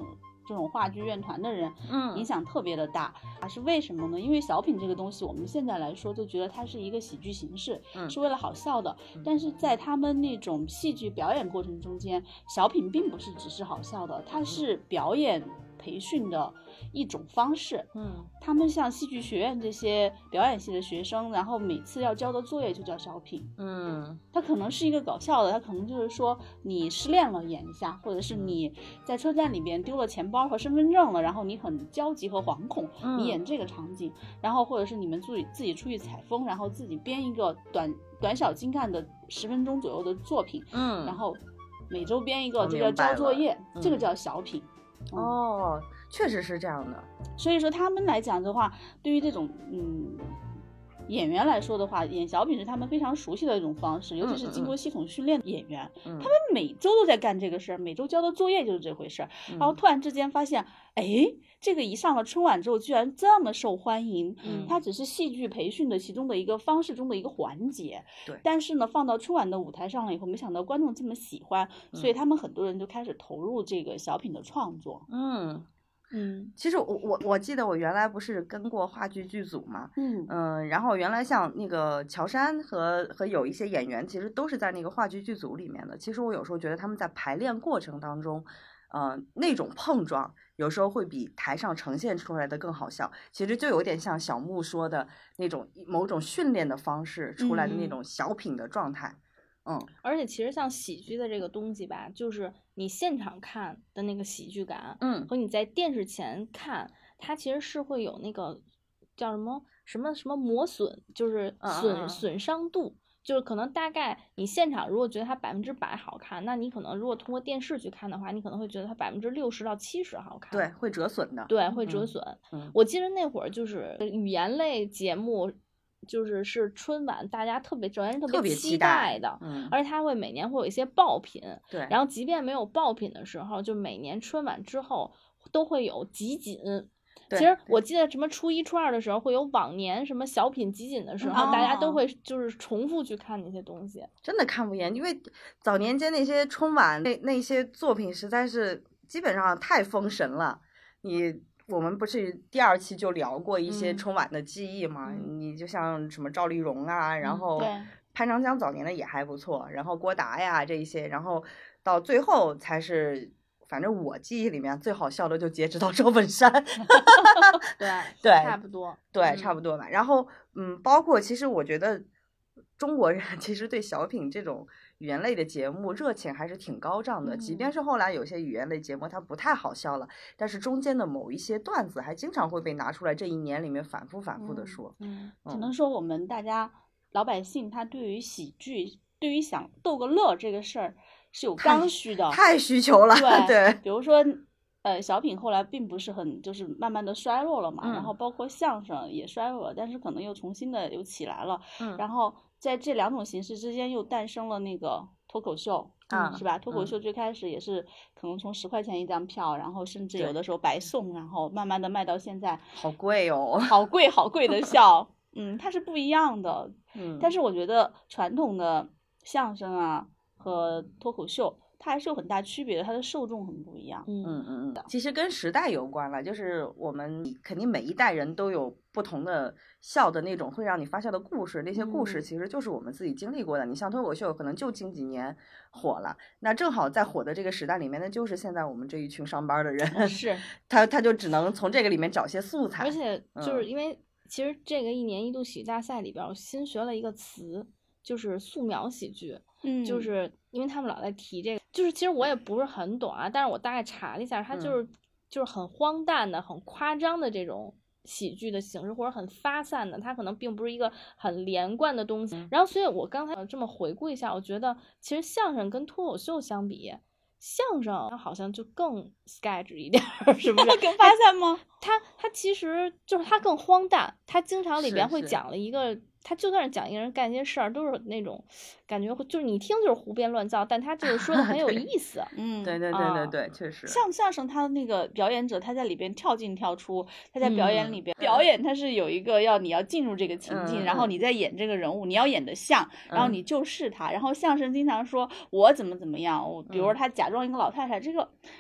这种话剧院团的人， 嗯， 影响特别的大。啊，是为什么呢？因为小品这个东西，我们现在来说就觉得它是一个喜剧形式， 嗯、 是为了好笑的。但是在他们那种戏剧表演过程中间，小品并不是只是好笑的，它是表演培训的一种方式。 嗯， 他们像戏剧学院这些表演系的学生，然后每次要交的作业就叫小品。 嗯， 它可能是一个搞笑的，它可能就是说你失恋了演一下，或者是你在车站里边丢了钱包和身份证了，然后你很焦急和惶恐， 嗯、 你演这个场景，然后或者是你们自己自己出去采风，然后自己编一个短短小精干的十分钟左右的作品， 嗯， 然后每周编一个，这叫交作业， 嗯、 这个叫小品。 嗯、哦，确实是这样的。 所以说他们来讲的话，对于这种嗯演员来说的话，演小品是他们非常熟悉的一种方式，尤其是经过系统训练的演员， 嗯、 他们每周都在干这个事儿，每周交的作业就是这回事儿， 嗯、 然后突然之间发现，哎，这个一上了春晚之后居然这么受欢迎， 嗯， 它只是戏剧培训的其中的一个方式中的一个环节， 对， 但是呢，放到春晚的舞台上了以后，没想到观众这么喜欢，所以他们很多人就开始投入这个小品的创作， 嗯。 嗯， 其实我我我记得我原来不是跟过话剧剧组嘛， 嗯嗯、呃，然后原来像那个乔杉和和有一些演员，其实都是在那个话剧剧组里面的。其实我有时候觉得他们在排练过程当中，呃，那种碰撞有时候会比台上呈现出来的更好笑。其实就有点像小木说的那种某种训练的方式出来的那种小品的状态。嗯嗯， 而且其实像喜剧的这个东西吧，就是你现场看的那个喜剧感， 嗯， 和你在电视前看，它其实是会有那个叫什么什么什么磨损，就是损、 嗯嗯、 损伤度，就是可能大概你现场如果觉得它百分之百好看，那你可能如果通过电视去看的话，你可能会觉得它百分之六十到七十好看， 对，会折损的， 对，会折损。 嗯嗯、 我记得那会儿就是语言类节目。就是是春晚，大家特别首先是特别期待的， 嗯， 而且它会每年会有一些爆品， 对， 然后即便没有爆品的时候，就每年春晚之后都会有集锦。其实我记得什么初一初二的时候会有往年什么小品集锦的时候， 哦、 大家都会就是重复去看那些东西， 真的看不厌，因为早年间那些春晚那那些作品实在是基本上太封神了，你。我们不是第二期就聊过一些春晚的记忆嘛？ 嗯、 你就像什么赵丽蓉啊，然后嗯、 潘长江早年的也还不错，然后郭达呀这一些，然后到最后才是，反正我记忆里面最好笑的就截止到赵本山， 对对， 差不多， 对， 嗯、 差不多吧。然后嗯，包括其实我觉得中国人其实对小品这种语言类的节目热情还是挺高涨的， 嗯、 即便是后来有些语言类节目它不太好笑了，但是中间的某一些段子还经常会被拿出来，这一年里面反复反复的说。 嗯，嗯只能说我们大家老百姓他对于喜剧，对于想逗个乐这个事儿是有刚需的， 太需求了。 对对， 比如说。呃，小品后来并不是很，就是慢慢的衰落了嘛， 嗯、 然后包括相声也衰落了，但是可能又重新的又起来了， 嗯， 然后在这两种形式之间又诞生了那个脱口秀， 嗯， 是吧？脱口秀最开始也是可能从十块钱一张票，然后甚至有的时候白送，然后慢慢的卖到现在， 好贵哦， 好贵好贵的笑，嗯，它是不一样的， 嗯， 但是我觉得传统的相声啊和脱口秀。它还是有很大区别的，它的受众很不一样。 嗯嗯嗯，其实跟时代有关了，就是我们肯定每一代人都有不同的笑的那种会让你发笑的故事，那些故事其实就是我们自己经历过的。嗯、你像脱口秀，可能就近几年火了，那正好在火的这个时代里面，那就是现在我们这一群上班的人， 是他他就只能从这个里面找些素材。 而且就是因为、嗯、其实这个一年一度喜剧大赛里边，我新学了一个词，就是素描喜剧。 嗯， 就是因为他们老在提这个，就是其实我也不是很懂啊，但是我大概查了一下，它就是、嗯、就是很荒诞的、很夸张的这种喜剧的形式，或者很发散的，它可能并不是一个很连贯的东西。嗯、然后，所以我刚才这么回顾一下，我觉得其实相声跟脱口秀相比，相声好像就更 sketch 一点，是不是？ 更发散吗？ 它它其实就是它更荒诞，它经常里边会讲了一个。他就算是讲一个人干一些事儿，都是那种感觉，就是你听就是胡编乱造，但他就是说的很有意思。 嗯， 对对对对对，啊、确实。 像相声，他的那个表演者，他在里边跳进跳出，他在表演里边、嗯、表演，他是有一个要你要进入这个情境，嗯、然后你在演这个人物，你要演得像，然后你就是他。嗯、然后相声经常说我怎么怎么样，我比如说他假装一个老太太，嗯、这个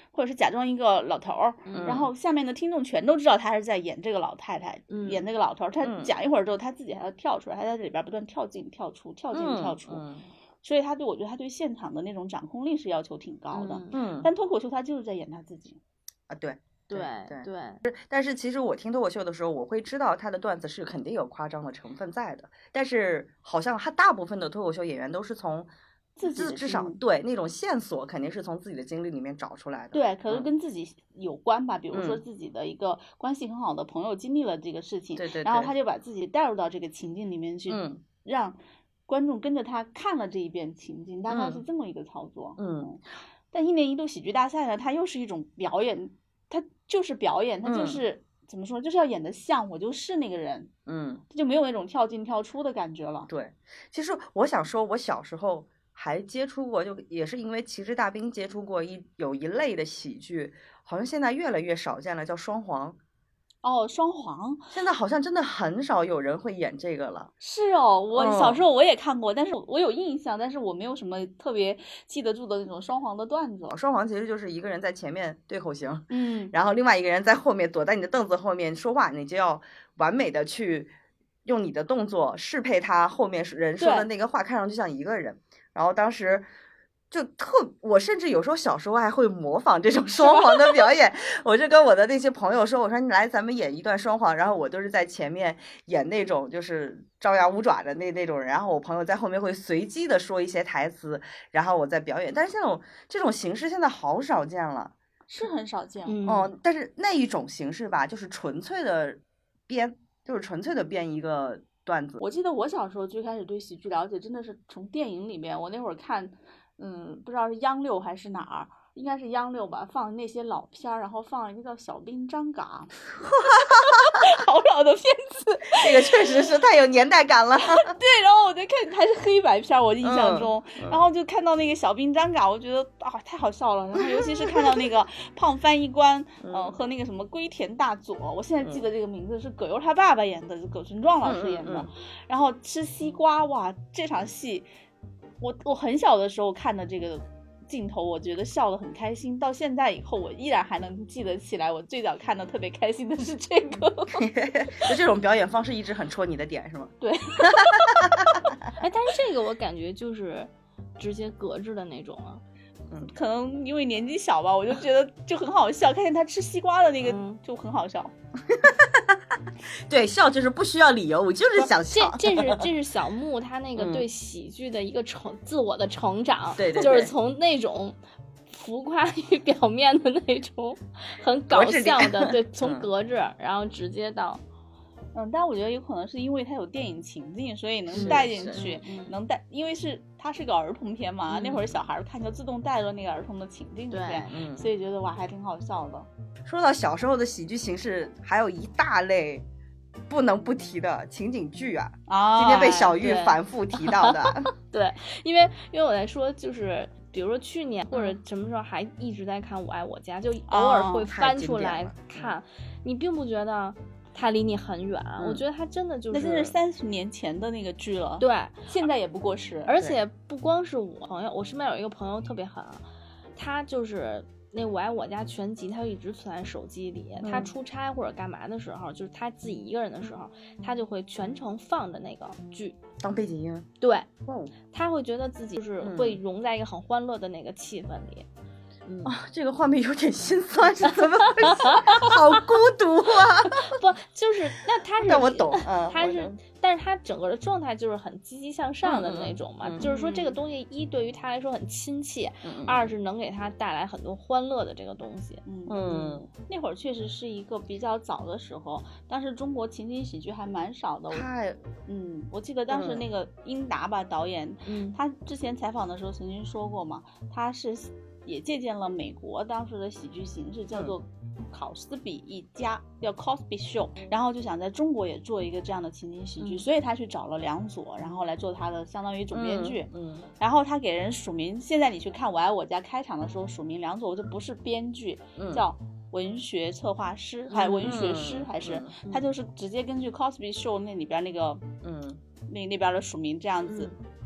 或者是假装一个老头儿、 嗯， 然后下面的听众全都知道他是在演这个老太太， 嗯、 演那个老头儿。他讲一会儿之后，他自己还要跳出来，他在这里边不断跳进跳出，跳进跳出。 嗯嗯、 所以他对我觉得他对现场的那种掌控力是要求挺高的。 嗯， 但脱口秀他就是在演他自己啊，对。 对对对， 但是其实我听脱口秀的时候，我会知道他的段子是肯定有夸张的成分在的，但是好像他大部分的脱口秀演员都是从自己至少对那种线索肯定是从自己的经历里面找出来的。 对，可能跟自己有关吧，嗯、比如说自己的一个关系很好的朋友经历了这个事情， 对对对， 然后他就把自己带入到这个情境里面去， 嗯， 让观众跟着他看了这一遍情境，大概是这么一个操作。 嗯， 嗯但一年一度喜剧大赛呢，它又是一种表演。他就是表演，他就是、嗯、怎么说，就是要演得像我就是那个人， 嗯， 就没有那种跳进跳出的感觉了。 对，其实我想说，我小时候还接触过，就也是因为奇志大兵接触过一有一类的喜剧，好像现在越来越少见了，叫双簧。 哦，双簧现在好像真的很少有人会演这个了。 是哦，我小时候我也看过，嗯、但是我有印象，但是我没有什么特别记得住的那种双簧的段子。 双簧其实就是一个人在前面对口型， 嗯， 然后另外一个人在后面躲在你的凳子后面说话，你就要完美的去用你的动作适配他后面人说的那个话，看上去像一个人。然后当时。就特，我甚至有时候小时候还会模仿这种双簧的表演。我就跟我的那些朋友说，我说你来，咱们演一段双簧。然后我都是在前面演那种就是张牙舞爪的那那种人，然后我朋友在后面会随机的说一些台词，然后我在表演。但是这种这种形式现在好少见了， 是很少见。 嗯、哦，但是那一种形式吧，就是纯粹的编，就是纯粹的编一个段子。 我记得我小时候最开始对喜剧了解，真的是从电影里面，我那会儿看。嗯，不知道是央六还是哪儿，应该是央六吧，放那些老片儿，然后放一个叫《小兵张嘎》，好老的片子， 这个确实是太有年代感了。 对，然后我就看还是黑白片，我印象中，嗯、然后就看到那个小兵张嘎，我觉得啊太好笑了。然后尤其是看到那个胖翻译官，嗯、呃，和那个什么龟田大佐，我现在记得这个名字是葛优他爸爸演的，葛存壮老师演的，嗯嗯嗯、然后吃西瓜，哇，这场戏。我我很小的时候看的这个镜头，我觉得笑得很开心。到现在以后，我依然还能记得起来，我最早看的特别开心的是这个。 就这种表演方式一直很戳你的点，是吗？ 对。 哎，但是这个我感觉就是直接搁置的那种啊。 嗯，可能因为年纪小吧，我就觉得就很好笑，看见他吃西瓜的那个就很好笑。 嗯、 对，笑就是不需要理由，我就是想笑。 这这是这是小木他那个对喜剧的一个成、嗯、自我的成长， 对 对, 对， 就是从那种浮夸于表面的那种很搞笑的，对，从格致、嗯、然后直接到。 嗯，但我觉得有可能是因为它有电影情境，所以能带进去，能带，因为是它是个儿童片嘛，嗯、那会儿小孩看就自动带入那个儿童的情境里面，嗯、所以觉得哇还挺好笑的。 说到小时候的喜剧形式，还有一大类不能不提的情景剧啊，啊今天被小玉反复提到的。 对, 对，因为因为我在说就是。比如说去年或者什么时候还一直在看《我爱我家》，就偶尔会翻出来看，哦、你并不觉得它离你很远，嗯、我觉得它真的就是那真是三十年前的那个剧了。 对， 现在也不过时。 而且不光是我朋友，我身边有一个朋友特别狠，他就是那《我爱我家》全集，他就一直存在手机里。嗯、他出差或者干嘛的时候，就是他自己一个人的时候，他就会全程放的那个剧。 当背景音， 对，他会觉得自己就是会融在一个很欢乐的那个气氛里。 嗯、啊，这个画面有点心酸，是怎么回事？好孤独啊！ 不，就是那他是， 但我懂，嗯、 他是，但是他整个的状态就是很积极向上的那种嘛， 嗯嗯、 就是说这个东西一对于他来说很亲切， 嗯、 二是能给他带来很多欢乐的这个东西。 嗯嗯，那会儿确实是一个比较早的时候，当时中国情景喜剧还蛮少的。 太， 嗯，我记得当时那个英达吧导演， 嗯， 他之前采访的时候曾经说过嘛，他是。也借鉴了美国当时的喜剧形式，叫做考斯比一家，叫 Cosby Show， 然后就想在中国也做一个这样的情景喜剧，嗯、所以他去找了梁左，然后来做他的相当于总编剧。 嗯，嗯然后他给人署名，现在你去看《我爱我家》开场的时候署名梁左，这不是编剧， 嗯、 叫文学策划师，还文学师，还是、 嗯、 他就是直接根据 Cosby Show 那里边那个， 嗯， 那那边的署名这样子。 嗯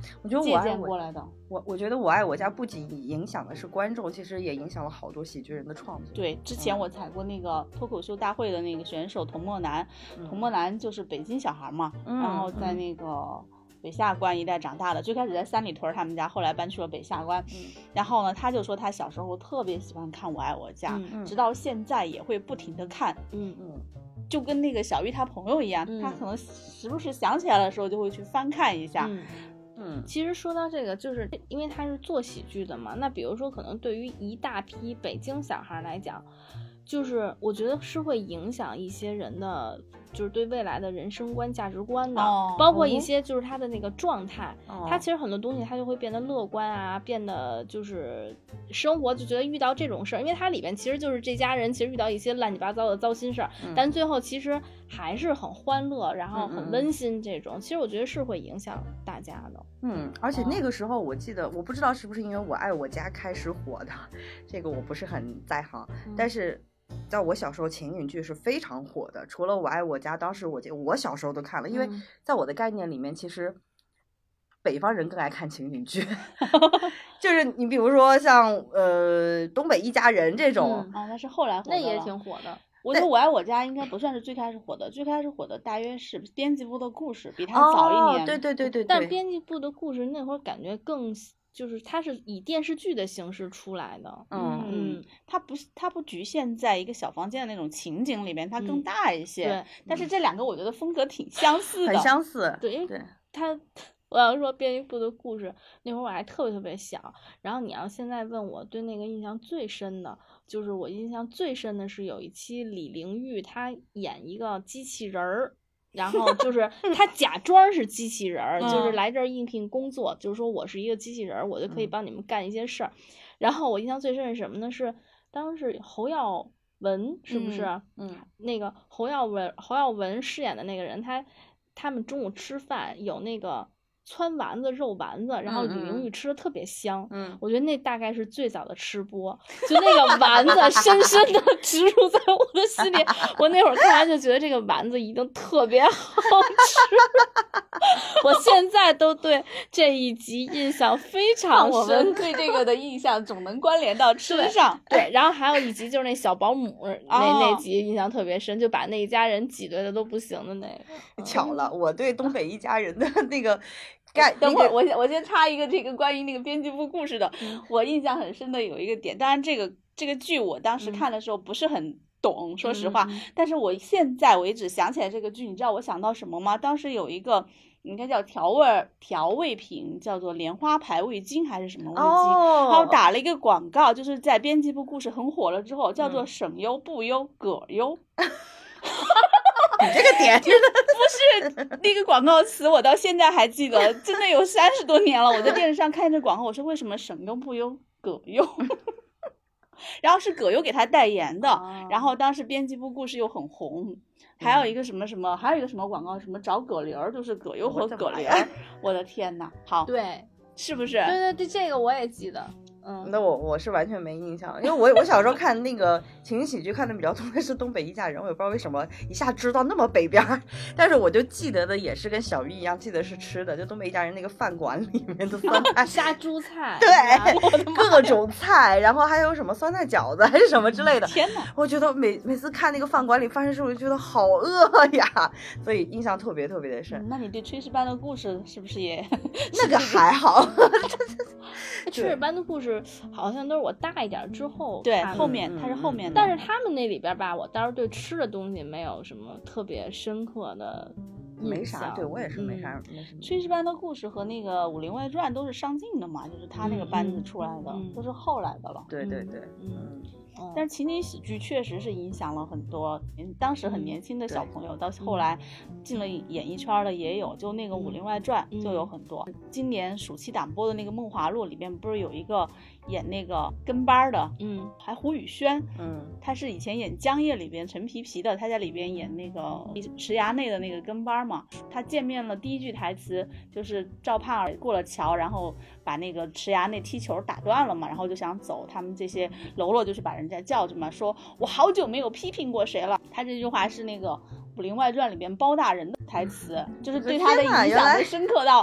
我觉得我借爱我鉴过来的。 我我觉得我爱我家不仅影响的是观众，其实也影响了好多喜剧人的创作。 对，之前我踩过那个脱口秀大会的那个选手童漠男， 嗯、 童漠男就是北京小孩嘛， 嗯、 然后在那个北下关一带长大的，最开始在三里屯他们家，后来搬去了北下关。 嗯、 然后呢，他就说他小时候特别喜欢看《我爱我家》， 嗯、 直到现在也会不停的看。 嗯嗯， 就跟那个小玉他朋友一样， 嗯、 他可能时不时想起来的时候就会去翻看一下。 嗯嗯， 其实说到这个，就是因为他是做喜剧的嘛，那比如说可能对于一大批北京小孩来讲，就是我觉得是会影响一些人的，就是对未来的人生观、价值观的， 哦、 包括一些就是他的那个状态， 哦、 他其实很多东西他就会变得乐观啊，变得就是生活就觉得遇到这种事儿，因为它里边其实就是这家人其实遇到一些乱七八糟的糟心事儿， 嗯、 但最后其实还是很欢乐，然后很温馨这种， 嗯、 其实我觉得是会影响大家的。 嗯，而且那个时候我记得，我不知道是不是因为我爱我家开始火的，这个我不是很在行， 嗯、 但是在我小时候情景剧是非常火的，除了我爱我家，当时我我小时候都看了，因为在我的概念里面，其实北方人更爱看情景剧，就是你比如说像呃东北一家人这种， 嗯、啊，那是后来火的， 那也挺火的。 我觉得我爱我家应该不算是最开始火的，最开始火的大约是编辑部的故事，比它早一年。 哦、对对对对对。 但编辑部的故事那会儿感觉更，就是它是以电视剧的形式出来的。 嗯嗯，它不它不局限在一个小房间的那种情景里面，它更大一些。 嗯、对。 但是这两个我觉得风格挺相似的。 很相似。 对，因为对它。我要说编辑部的故事，那会儿我还特别特别小，然后你要现在问我对那个印象最深的，就是我印象最深的是有一期李玲玉她演一个机器人儿，然后就是她假装是机器人儿，就是来这儿应聘工作，就是说我是一个机器人儿，我就可以帮你们干一些事儿。然后我印象最深是什么呢？是当时侯耀文是不是？ 嗯， 嗯那个侯耀文侯耀文饰演的那个人，他他们中午吃饭有那个。汆丸子肉丸子，然后李玲玉吃的特别香， 嗯， 我觉得那大概是最早的吃播，就那个丸子深深的植入在我的心里，我那会儿看完就觉得这个丸子一定特别好吃，我现在都对这一集印象非常深。 我们对这个的印象总能关联到吃上， 对, 对，然后还有一集就是那小保姆、哦、那那集印象特别深，就把那一家人挤兑的都不行的那个。 巧了，我对东北一家人的那个。 等会儿，我先我先插一个这个关于那个编辑部故事的，嗯、我印象很深的有一个点，当然这个这个剧我当时看的时候不是很懂，嗯、说实话， 嗯、 但是我现在为止想起来这个剧，你知道我想到什么吗？当时有一个应该叫调味调味品，叫做莲花牌味精还是什么味精， 哦、 然后打了一个广告，就是在编辑部故事很火了之后，叫做省优不优葛优。 嗯你这个点不是那个广告词，我到现在还记得，真的有三十多年了。我在电视上看这广告，我说为什么省优不优葛优？然后是葛优给他代言的， 哦、 然后当时编辑部故事又很红，还有一个什么什么，还有一个什么广告，什么找葛玲儿，就是葛优和葛玲儿。我的天哪！好， 对， 是不是？ 对对对，这个我也记得。嗯， 那我我是完全没印象，因为我我小时候看那个情景喜剧看的比较多的是东北一家人，我也不知道为什么一下知道那么北边，但是我就记得的也是跟小玉一样，记得是吃的，就东北一家人那个饭馆里面的酸菜杀猪菜， 对，各种菜，然后还有什么酸菜饺子还是什么之类的。 天哪！ 我觉得每每次看那个饭馆里发生事，我就觉得好饿呀，所以印象特别特别的深。 嗯、那你对炊事班的故事是不是也那个还好？ 炊事班的故事好像都是我大一点之后对后面它是后面的， 但是他们那里边吧，我倒是对吃的东西没有什么特别深刻的印象。 没啥，对我也是没啥。 嗯、 炊事班的故事和那个《武林外传》都是上镜的嘛，就是他那个班子出来的， 嗯、 都是后来的了。 对对对， 嗯。嗯但是情景喜剧确实是影响了很多当时很年轻的小朋友，嗯、到后来进了演艺圈的也有，就那个《武林外传》就有很多。嗯、今年暑期档播的那个《梦华录》里边不是有一个演那个跟班的， 嗯， 还胡宇轩， 嗯， 他是以前演《江夜》里边陈皮皮的，他在里边演那个石衙内的那个跟班嘛。他见面了，第一句台词就是赵盼儿过了桥，然后把那个石衙内踢球打断了嘛，然后就想走，他们这些喽啰就是把人家叫着嘛，说我好久没有批评过谁了。他这句话是那个《武林外传》里边包大人的台词，就是对他的影响会深刻到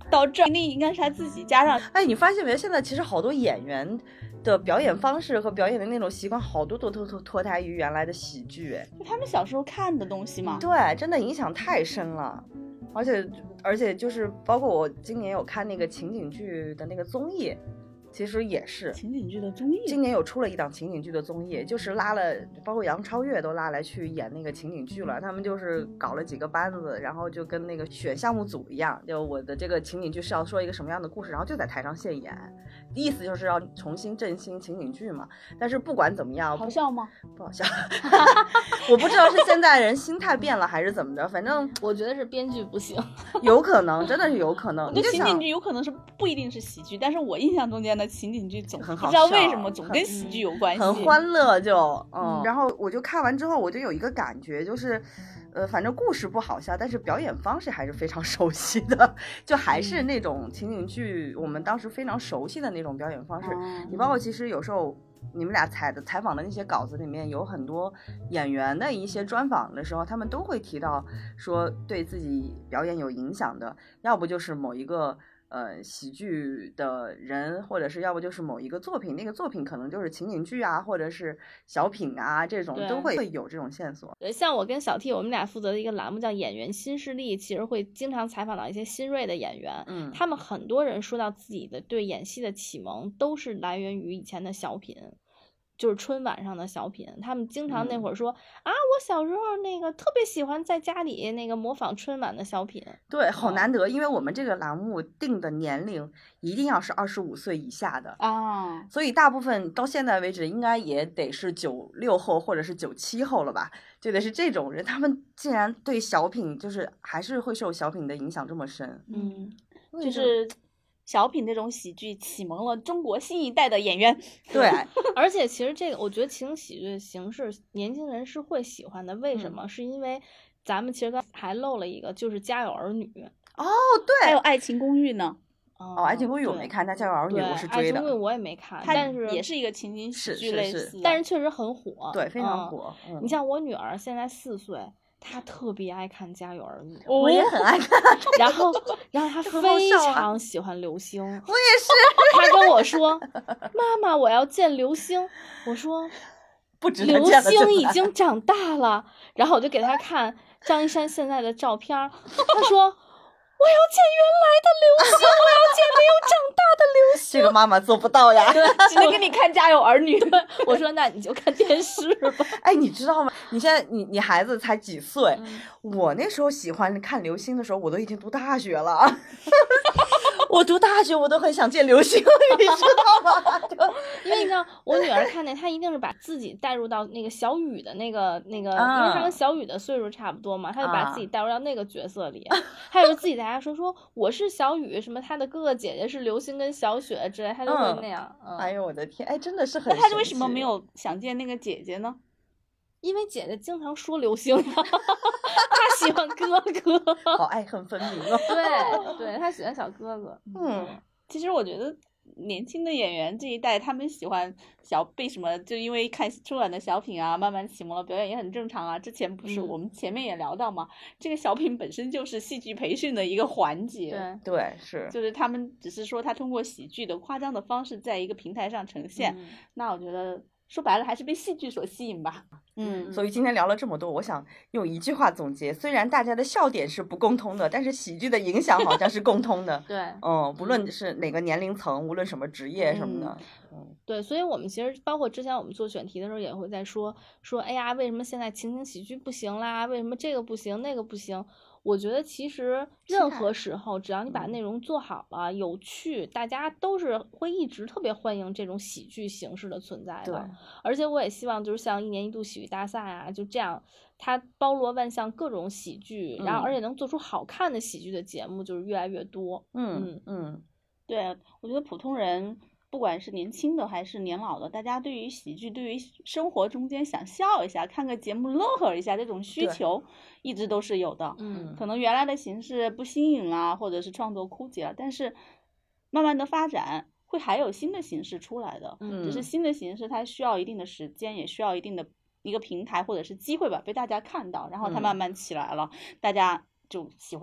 到这儿，应该是他自己加上。 哎，你发现没？现在其实好多演员的表演方式和表演的那种习惯，好多都脱脱脱胎于原来的喜剧，哎， 他们小时候看的东西嘛。 对，真的影响太深了。而且而且就是包括我今年有看那个情景剧的那个综艺，其实也是情景剧的综艺。 今年有出了一档情景剧的综艺，就是拉了包括杨超越都拉来去演那个情景剧了。他们就是搞了几个班子，然后就跟那个选项目组一样，就我的这个情景剧是要说一个什么样的故事，然后就在台上现演，意思就是要重新振兴情景剧嘛。但是不管怎么样， 好笑吗？ 不好笑。我不知道是现在人心态变了还是怎么着，反正我觉得是编剧不行。 有可能，真的是有可能。 我觉得情景剧有可能是不一定是喜剧，但是我印象中间的情景剧总很好不知道为什么总跟喜剧有关系， 很欢乐就嗯。然后我就看完之后，我就有一个感觉，就是呃，反正故事不好笑，但是表演方式还是非常熟悉的，就还是那种情景剧我们当时非常熟悉的那种表演方式。 嗯、 你包括其实有时候你们俩采的采访的那些稿子里面有很多演员的一些专访的时候，他们都会提到说对自己表演有影响的，要不就是某一个呃喜剧的人，或者是要不就是某一个作品，那个作品可能就是情景剧啊，或者是小品啊，这种都会有这种线索。 像我跟小 T 我们俩负责的一个栏目叫演员新势力，其实会经常采访到一些新锐的演员， 嗯， 他们很多人说到自己的对演戏的启蒙都是来源于以前的小品，就是春晚上的小品。他们经常那会儿说、嗯、啊，我小时候那个特别喜欢在家里那个模仿春晚的小品。 对，好难得、嗯、因为我们这个栏目定的年龄一定要是二十五岁以下的啊， 所以大部分到现在为止应该也得是九六后或者是九七后了吧，就得是这种人，他们竟然对小品就是还是会受小品的影响这么深。 嗯，就是小品这种喜剧启蒙了中国新一代的演员。 对， 而且其实这个我觉得情景喜剧的形式年轻人是会喜欢的，为什么、嗯、是因为咱们其实刚才还漏了一个，就是家有儿女。 哦对， 还有爱情公寓呢。 哦，爱情公寓我没看，但家有儿女我是追的。 爱情公寓我也没看，但是也是一个情景喜剧类似， 是是是， 但是确实很火。 对，非常火、 嗯嗯、你像我女儿现在四岁，她特别爱看家有儿女。 我也很爱看。 然后然后她非常喜欢刘星。我也是。 她跟我说妈妈我要见刘星。我说不值得见了，刘星已经长大了。然后我就给她看张一山现在的照片，她说我要见原来的刘星，我要见没有长大的刘星。 这个妈妈做不到呀， 只能给你看家有儿女。 我说那你就看电视吧。 哎，你知道吗？你现在你你孩子才几岁、 嗯？ 我那时候喜欢看刘星的时候，我都已经读大学了。我读大学我都很想见刘星，你知道吗？ 因为你知道我女儿看那，她一定是把自己带入到那个小雨的那个那个， 啊、 因为她跟小雨的岁数差不多嘛，她就把自己带入到那个角色里。还有自己在家说说我是小雨，什么她的哥哥姐姐是刘星跟小雪之类，她就会那样。嗯嗯、 哎呦我的天，哎，真的是很。 那她为什么没有想见那个姐姐呢？ 因为姐姐经常说刘星，她喜欢哥哥， 好爱恨分明哦。 对对，她喜欢小哥哥。 嗯， 其实我觉得年轻的演员这一代，他们喜欢小被什么，就因为看春晚的小品啊，慢慢启蒙了表演也很正常啊。之前不是、嗯、我们前面也聊到嘛，这个小品本身就是戏剧培训的一个环节。 对对是， 就是他们只是说他通过喜剧的夸张的方式，在一个平台上呈现。 嗯、 那我觉得。说白了还是被戏剧所吸引吧。 嗯，所以今天聊了这么多，我想用一句话总结：虽然大家的笑点是不共通的，但是喜剧的影响好像是共通的。 对， 嗯，不论是哪个年龄层，无论什么职业什么的。 嗯，对，所以我们其实包括之前我们做选题的时候也会在说说，哎呀，为什么现在情景喜剧不行啦？为什么这个不行，那个不行？我觉得其实任何时候，只要你把内容做好了、嗯、有趣，大家都是会一直特别欢迎这种喜剧形式的存在的。而且我也希望就是像一年一度喜剧大赛啊，就这样，它包罗万象，各种喜剧， 嗯、 然后而且能做出好看的喜剧的节目就是越来越多。 嗯嗯嗯， 对，我觉得普通人。不管是年轻的还是年老的，大家对于喜剧，对于生活中间想笑一下，看个节目乐呵一下这种需求，一直都是有的。 嗯， 可能原来的形式不新颖啊，或者是创作枯竭了，但是慢慢的发展，会还有新的形式出来的。 嗯， 只是新的形式它需要一定的时间，也需要一定的一个平台或者是机会吧，被大家看到，然后它慢慢起来了，嗯、大家就喜欢了。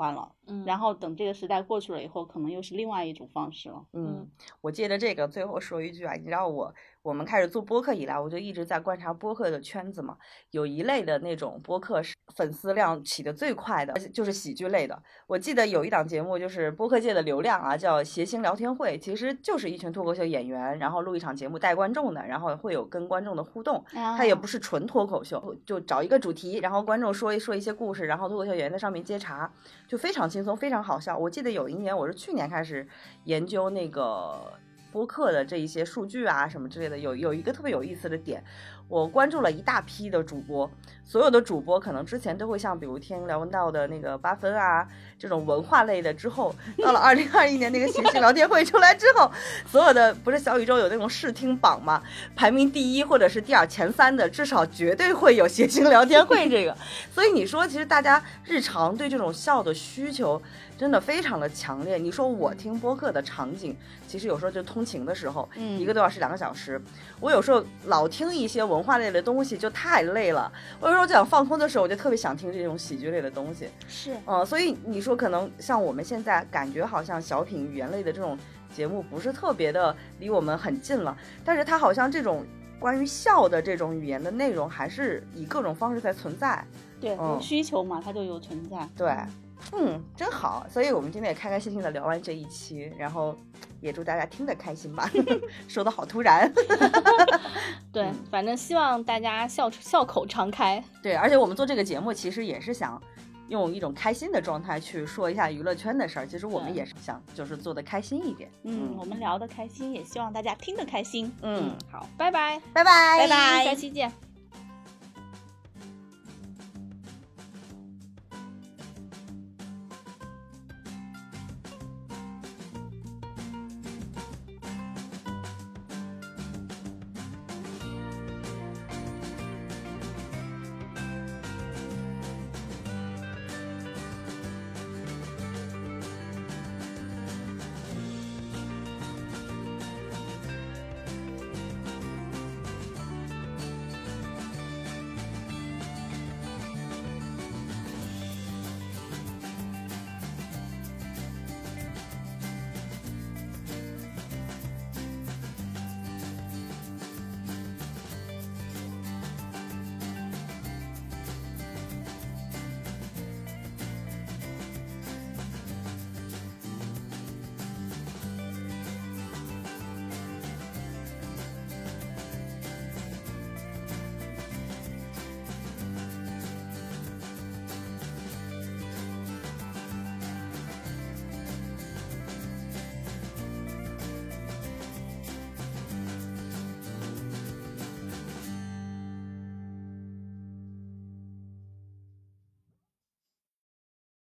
嗯，然后等这个时代过去了以后，可能又是另外一种方式了。 嗯，我借着这个最后说一句啊，你知道我我们开始做播客以来，我就一直在观察播客的圈子嘛。有一类的那种播客是粉丝量起得最快的，就是喜剧类的。我记得有一档节目就是播客界的流量啊，叫谐星聊天会，其实就是一群脱口秀演员，然后录一场节目带观众的，然后会有跟观众的互动。它也不是纯脱口秀，就找一个主题，然后观众说一说一些故事，然后脱口秀演员在上面接茬，就非常轻松，非常好笑。我记得有一年，我是去年开始研究那个播客的这一些数据啊什么之类的，有有一个特别有意思的点，我关注了一大批的主播，所有的主播可能之前都会像比如听聊文道的那个八分啊这种文化类的，之后到了二零二一年那个谐星聊天会出来之后，所有的不是小宇宙有那种试听榜嘛，排名第一或者是第二前三的至少绝对会有谐星聊天会这个，所以你说其实大家日常对这种笑的需求真的非常的强烈。你说我听播客的场景，其实有时候就通勤的时候，嗯，一个多小时两个小时，我有时候老听一些文化类的东西就太累了，我有时候想放空的时候，我就特别想听这种喜剧类的东西。 是， 嗯、呃，所以你说可能像我们现在感觉好像小品语言类的这种节目不是特别的离我们很近了，但是它好像这种关于笑的这种语言的内容还是以各种方式在存在。 对，有需求嘛，它就有存在。 对。嗯，真好，所以我们今天也开开心心的聊完这一期，然后也祝大家听得开心吧。说的好突然。 对，反正希望大家笑笑口常开。 对，而且我们做这个节目其实也是想用一种开心的状态去说一下娱乐圈的事儿，其实我们也是想就是做的开心一点。 嗯，嗯我们聊得开心，也希望大家听得开心。 嗯， 好，拜拜， 拜拜， 拜拜， 下期见。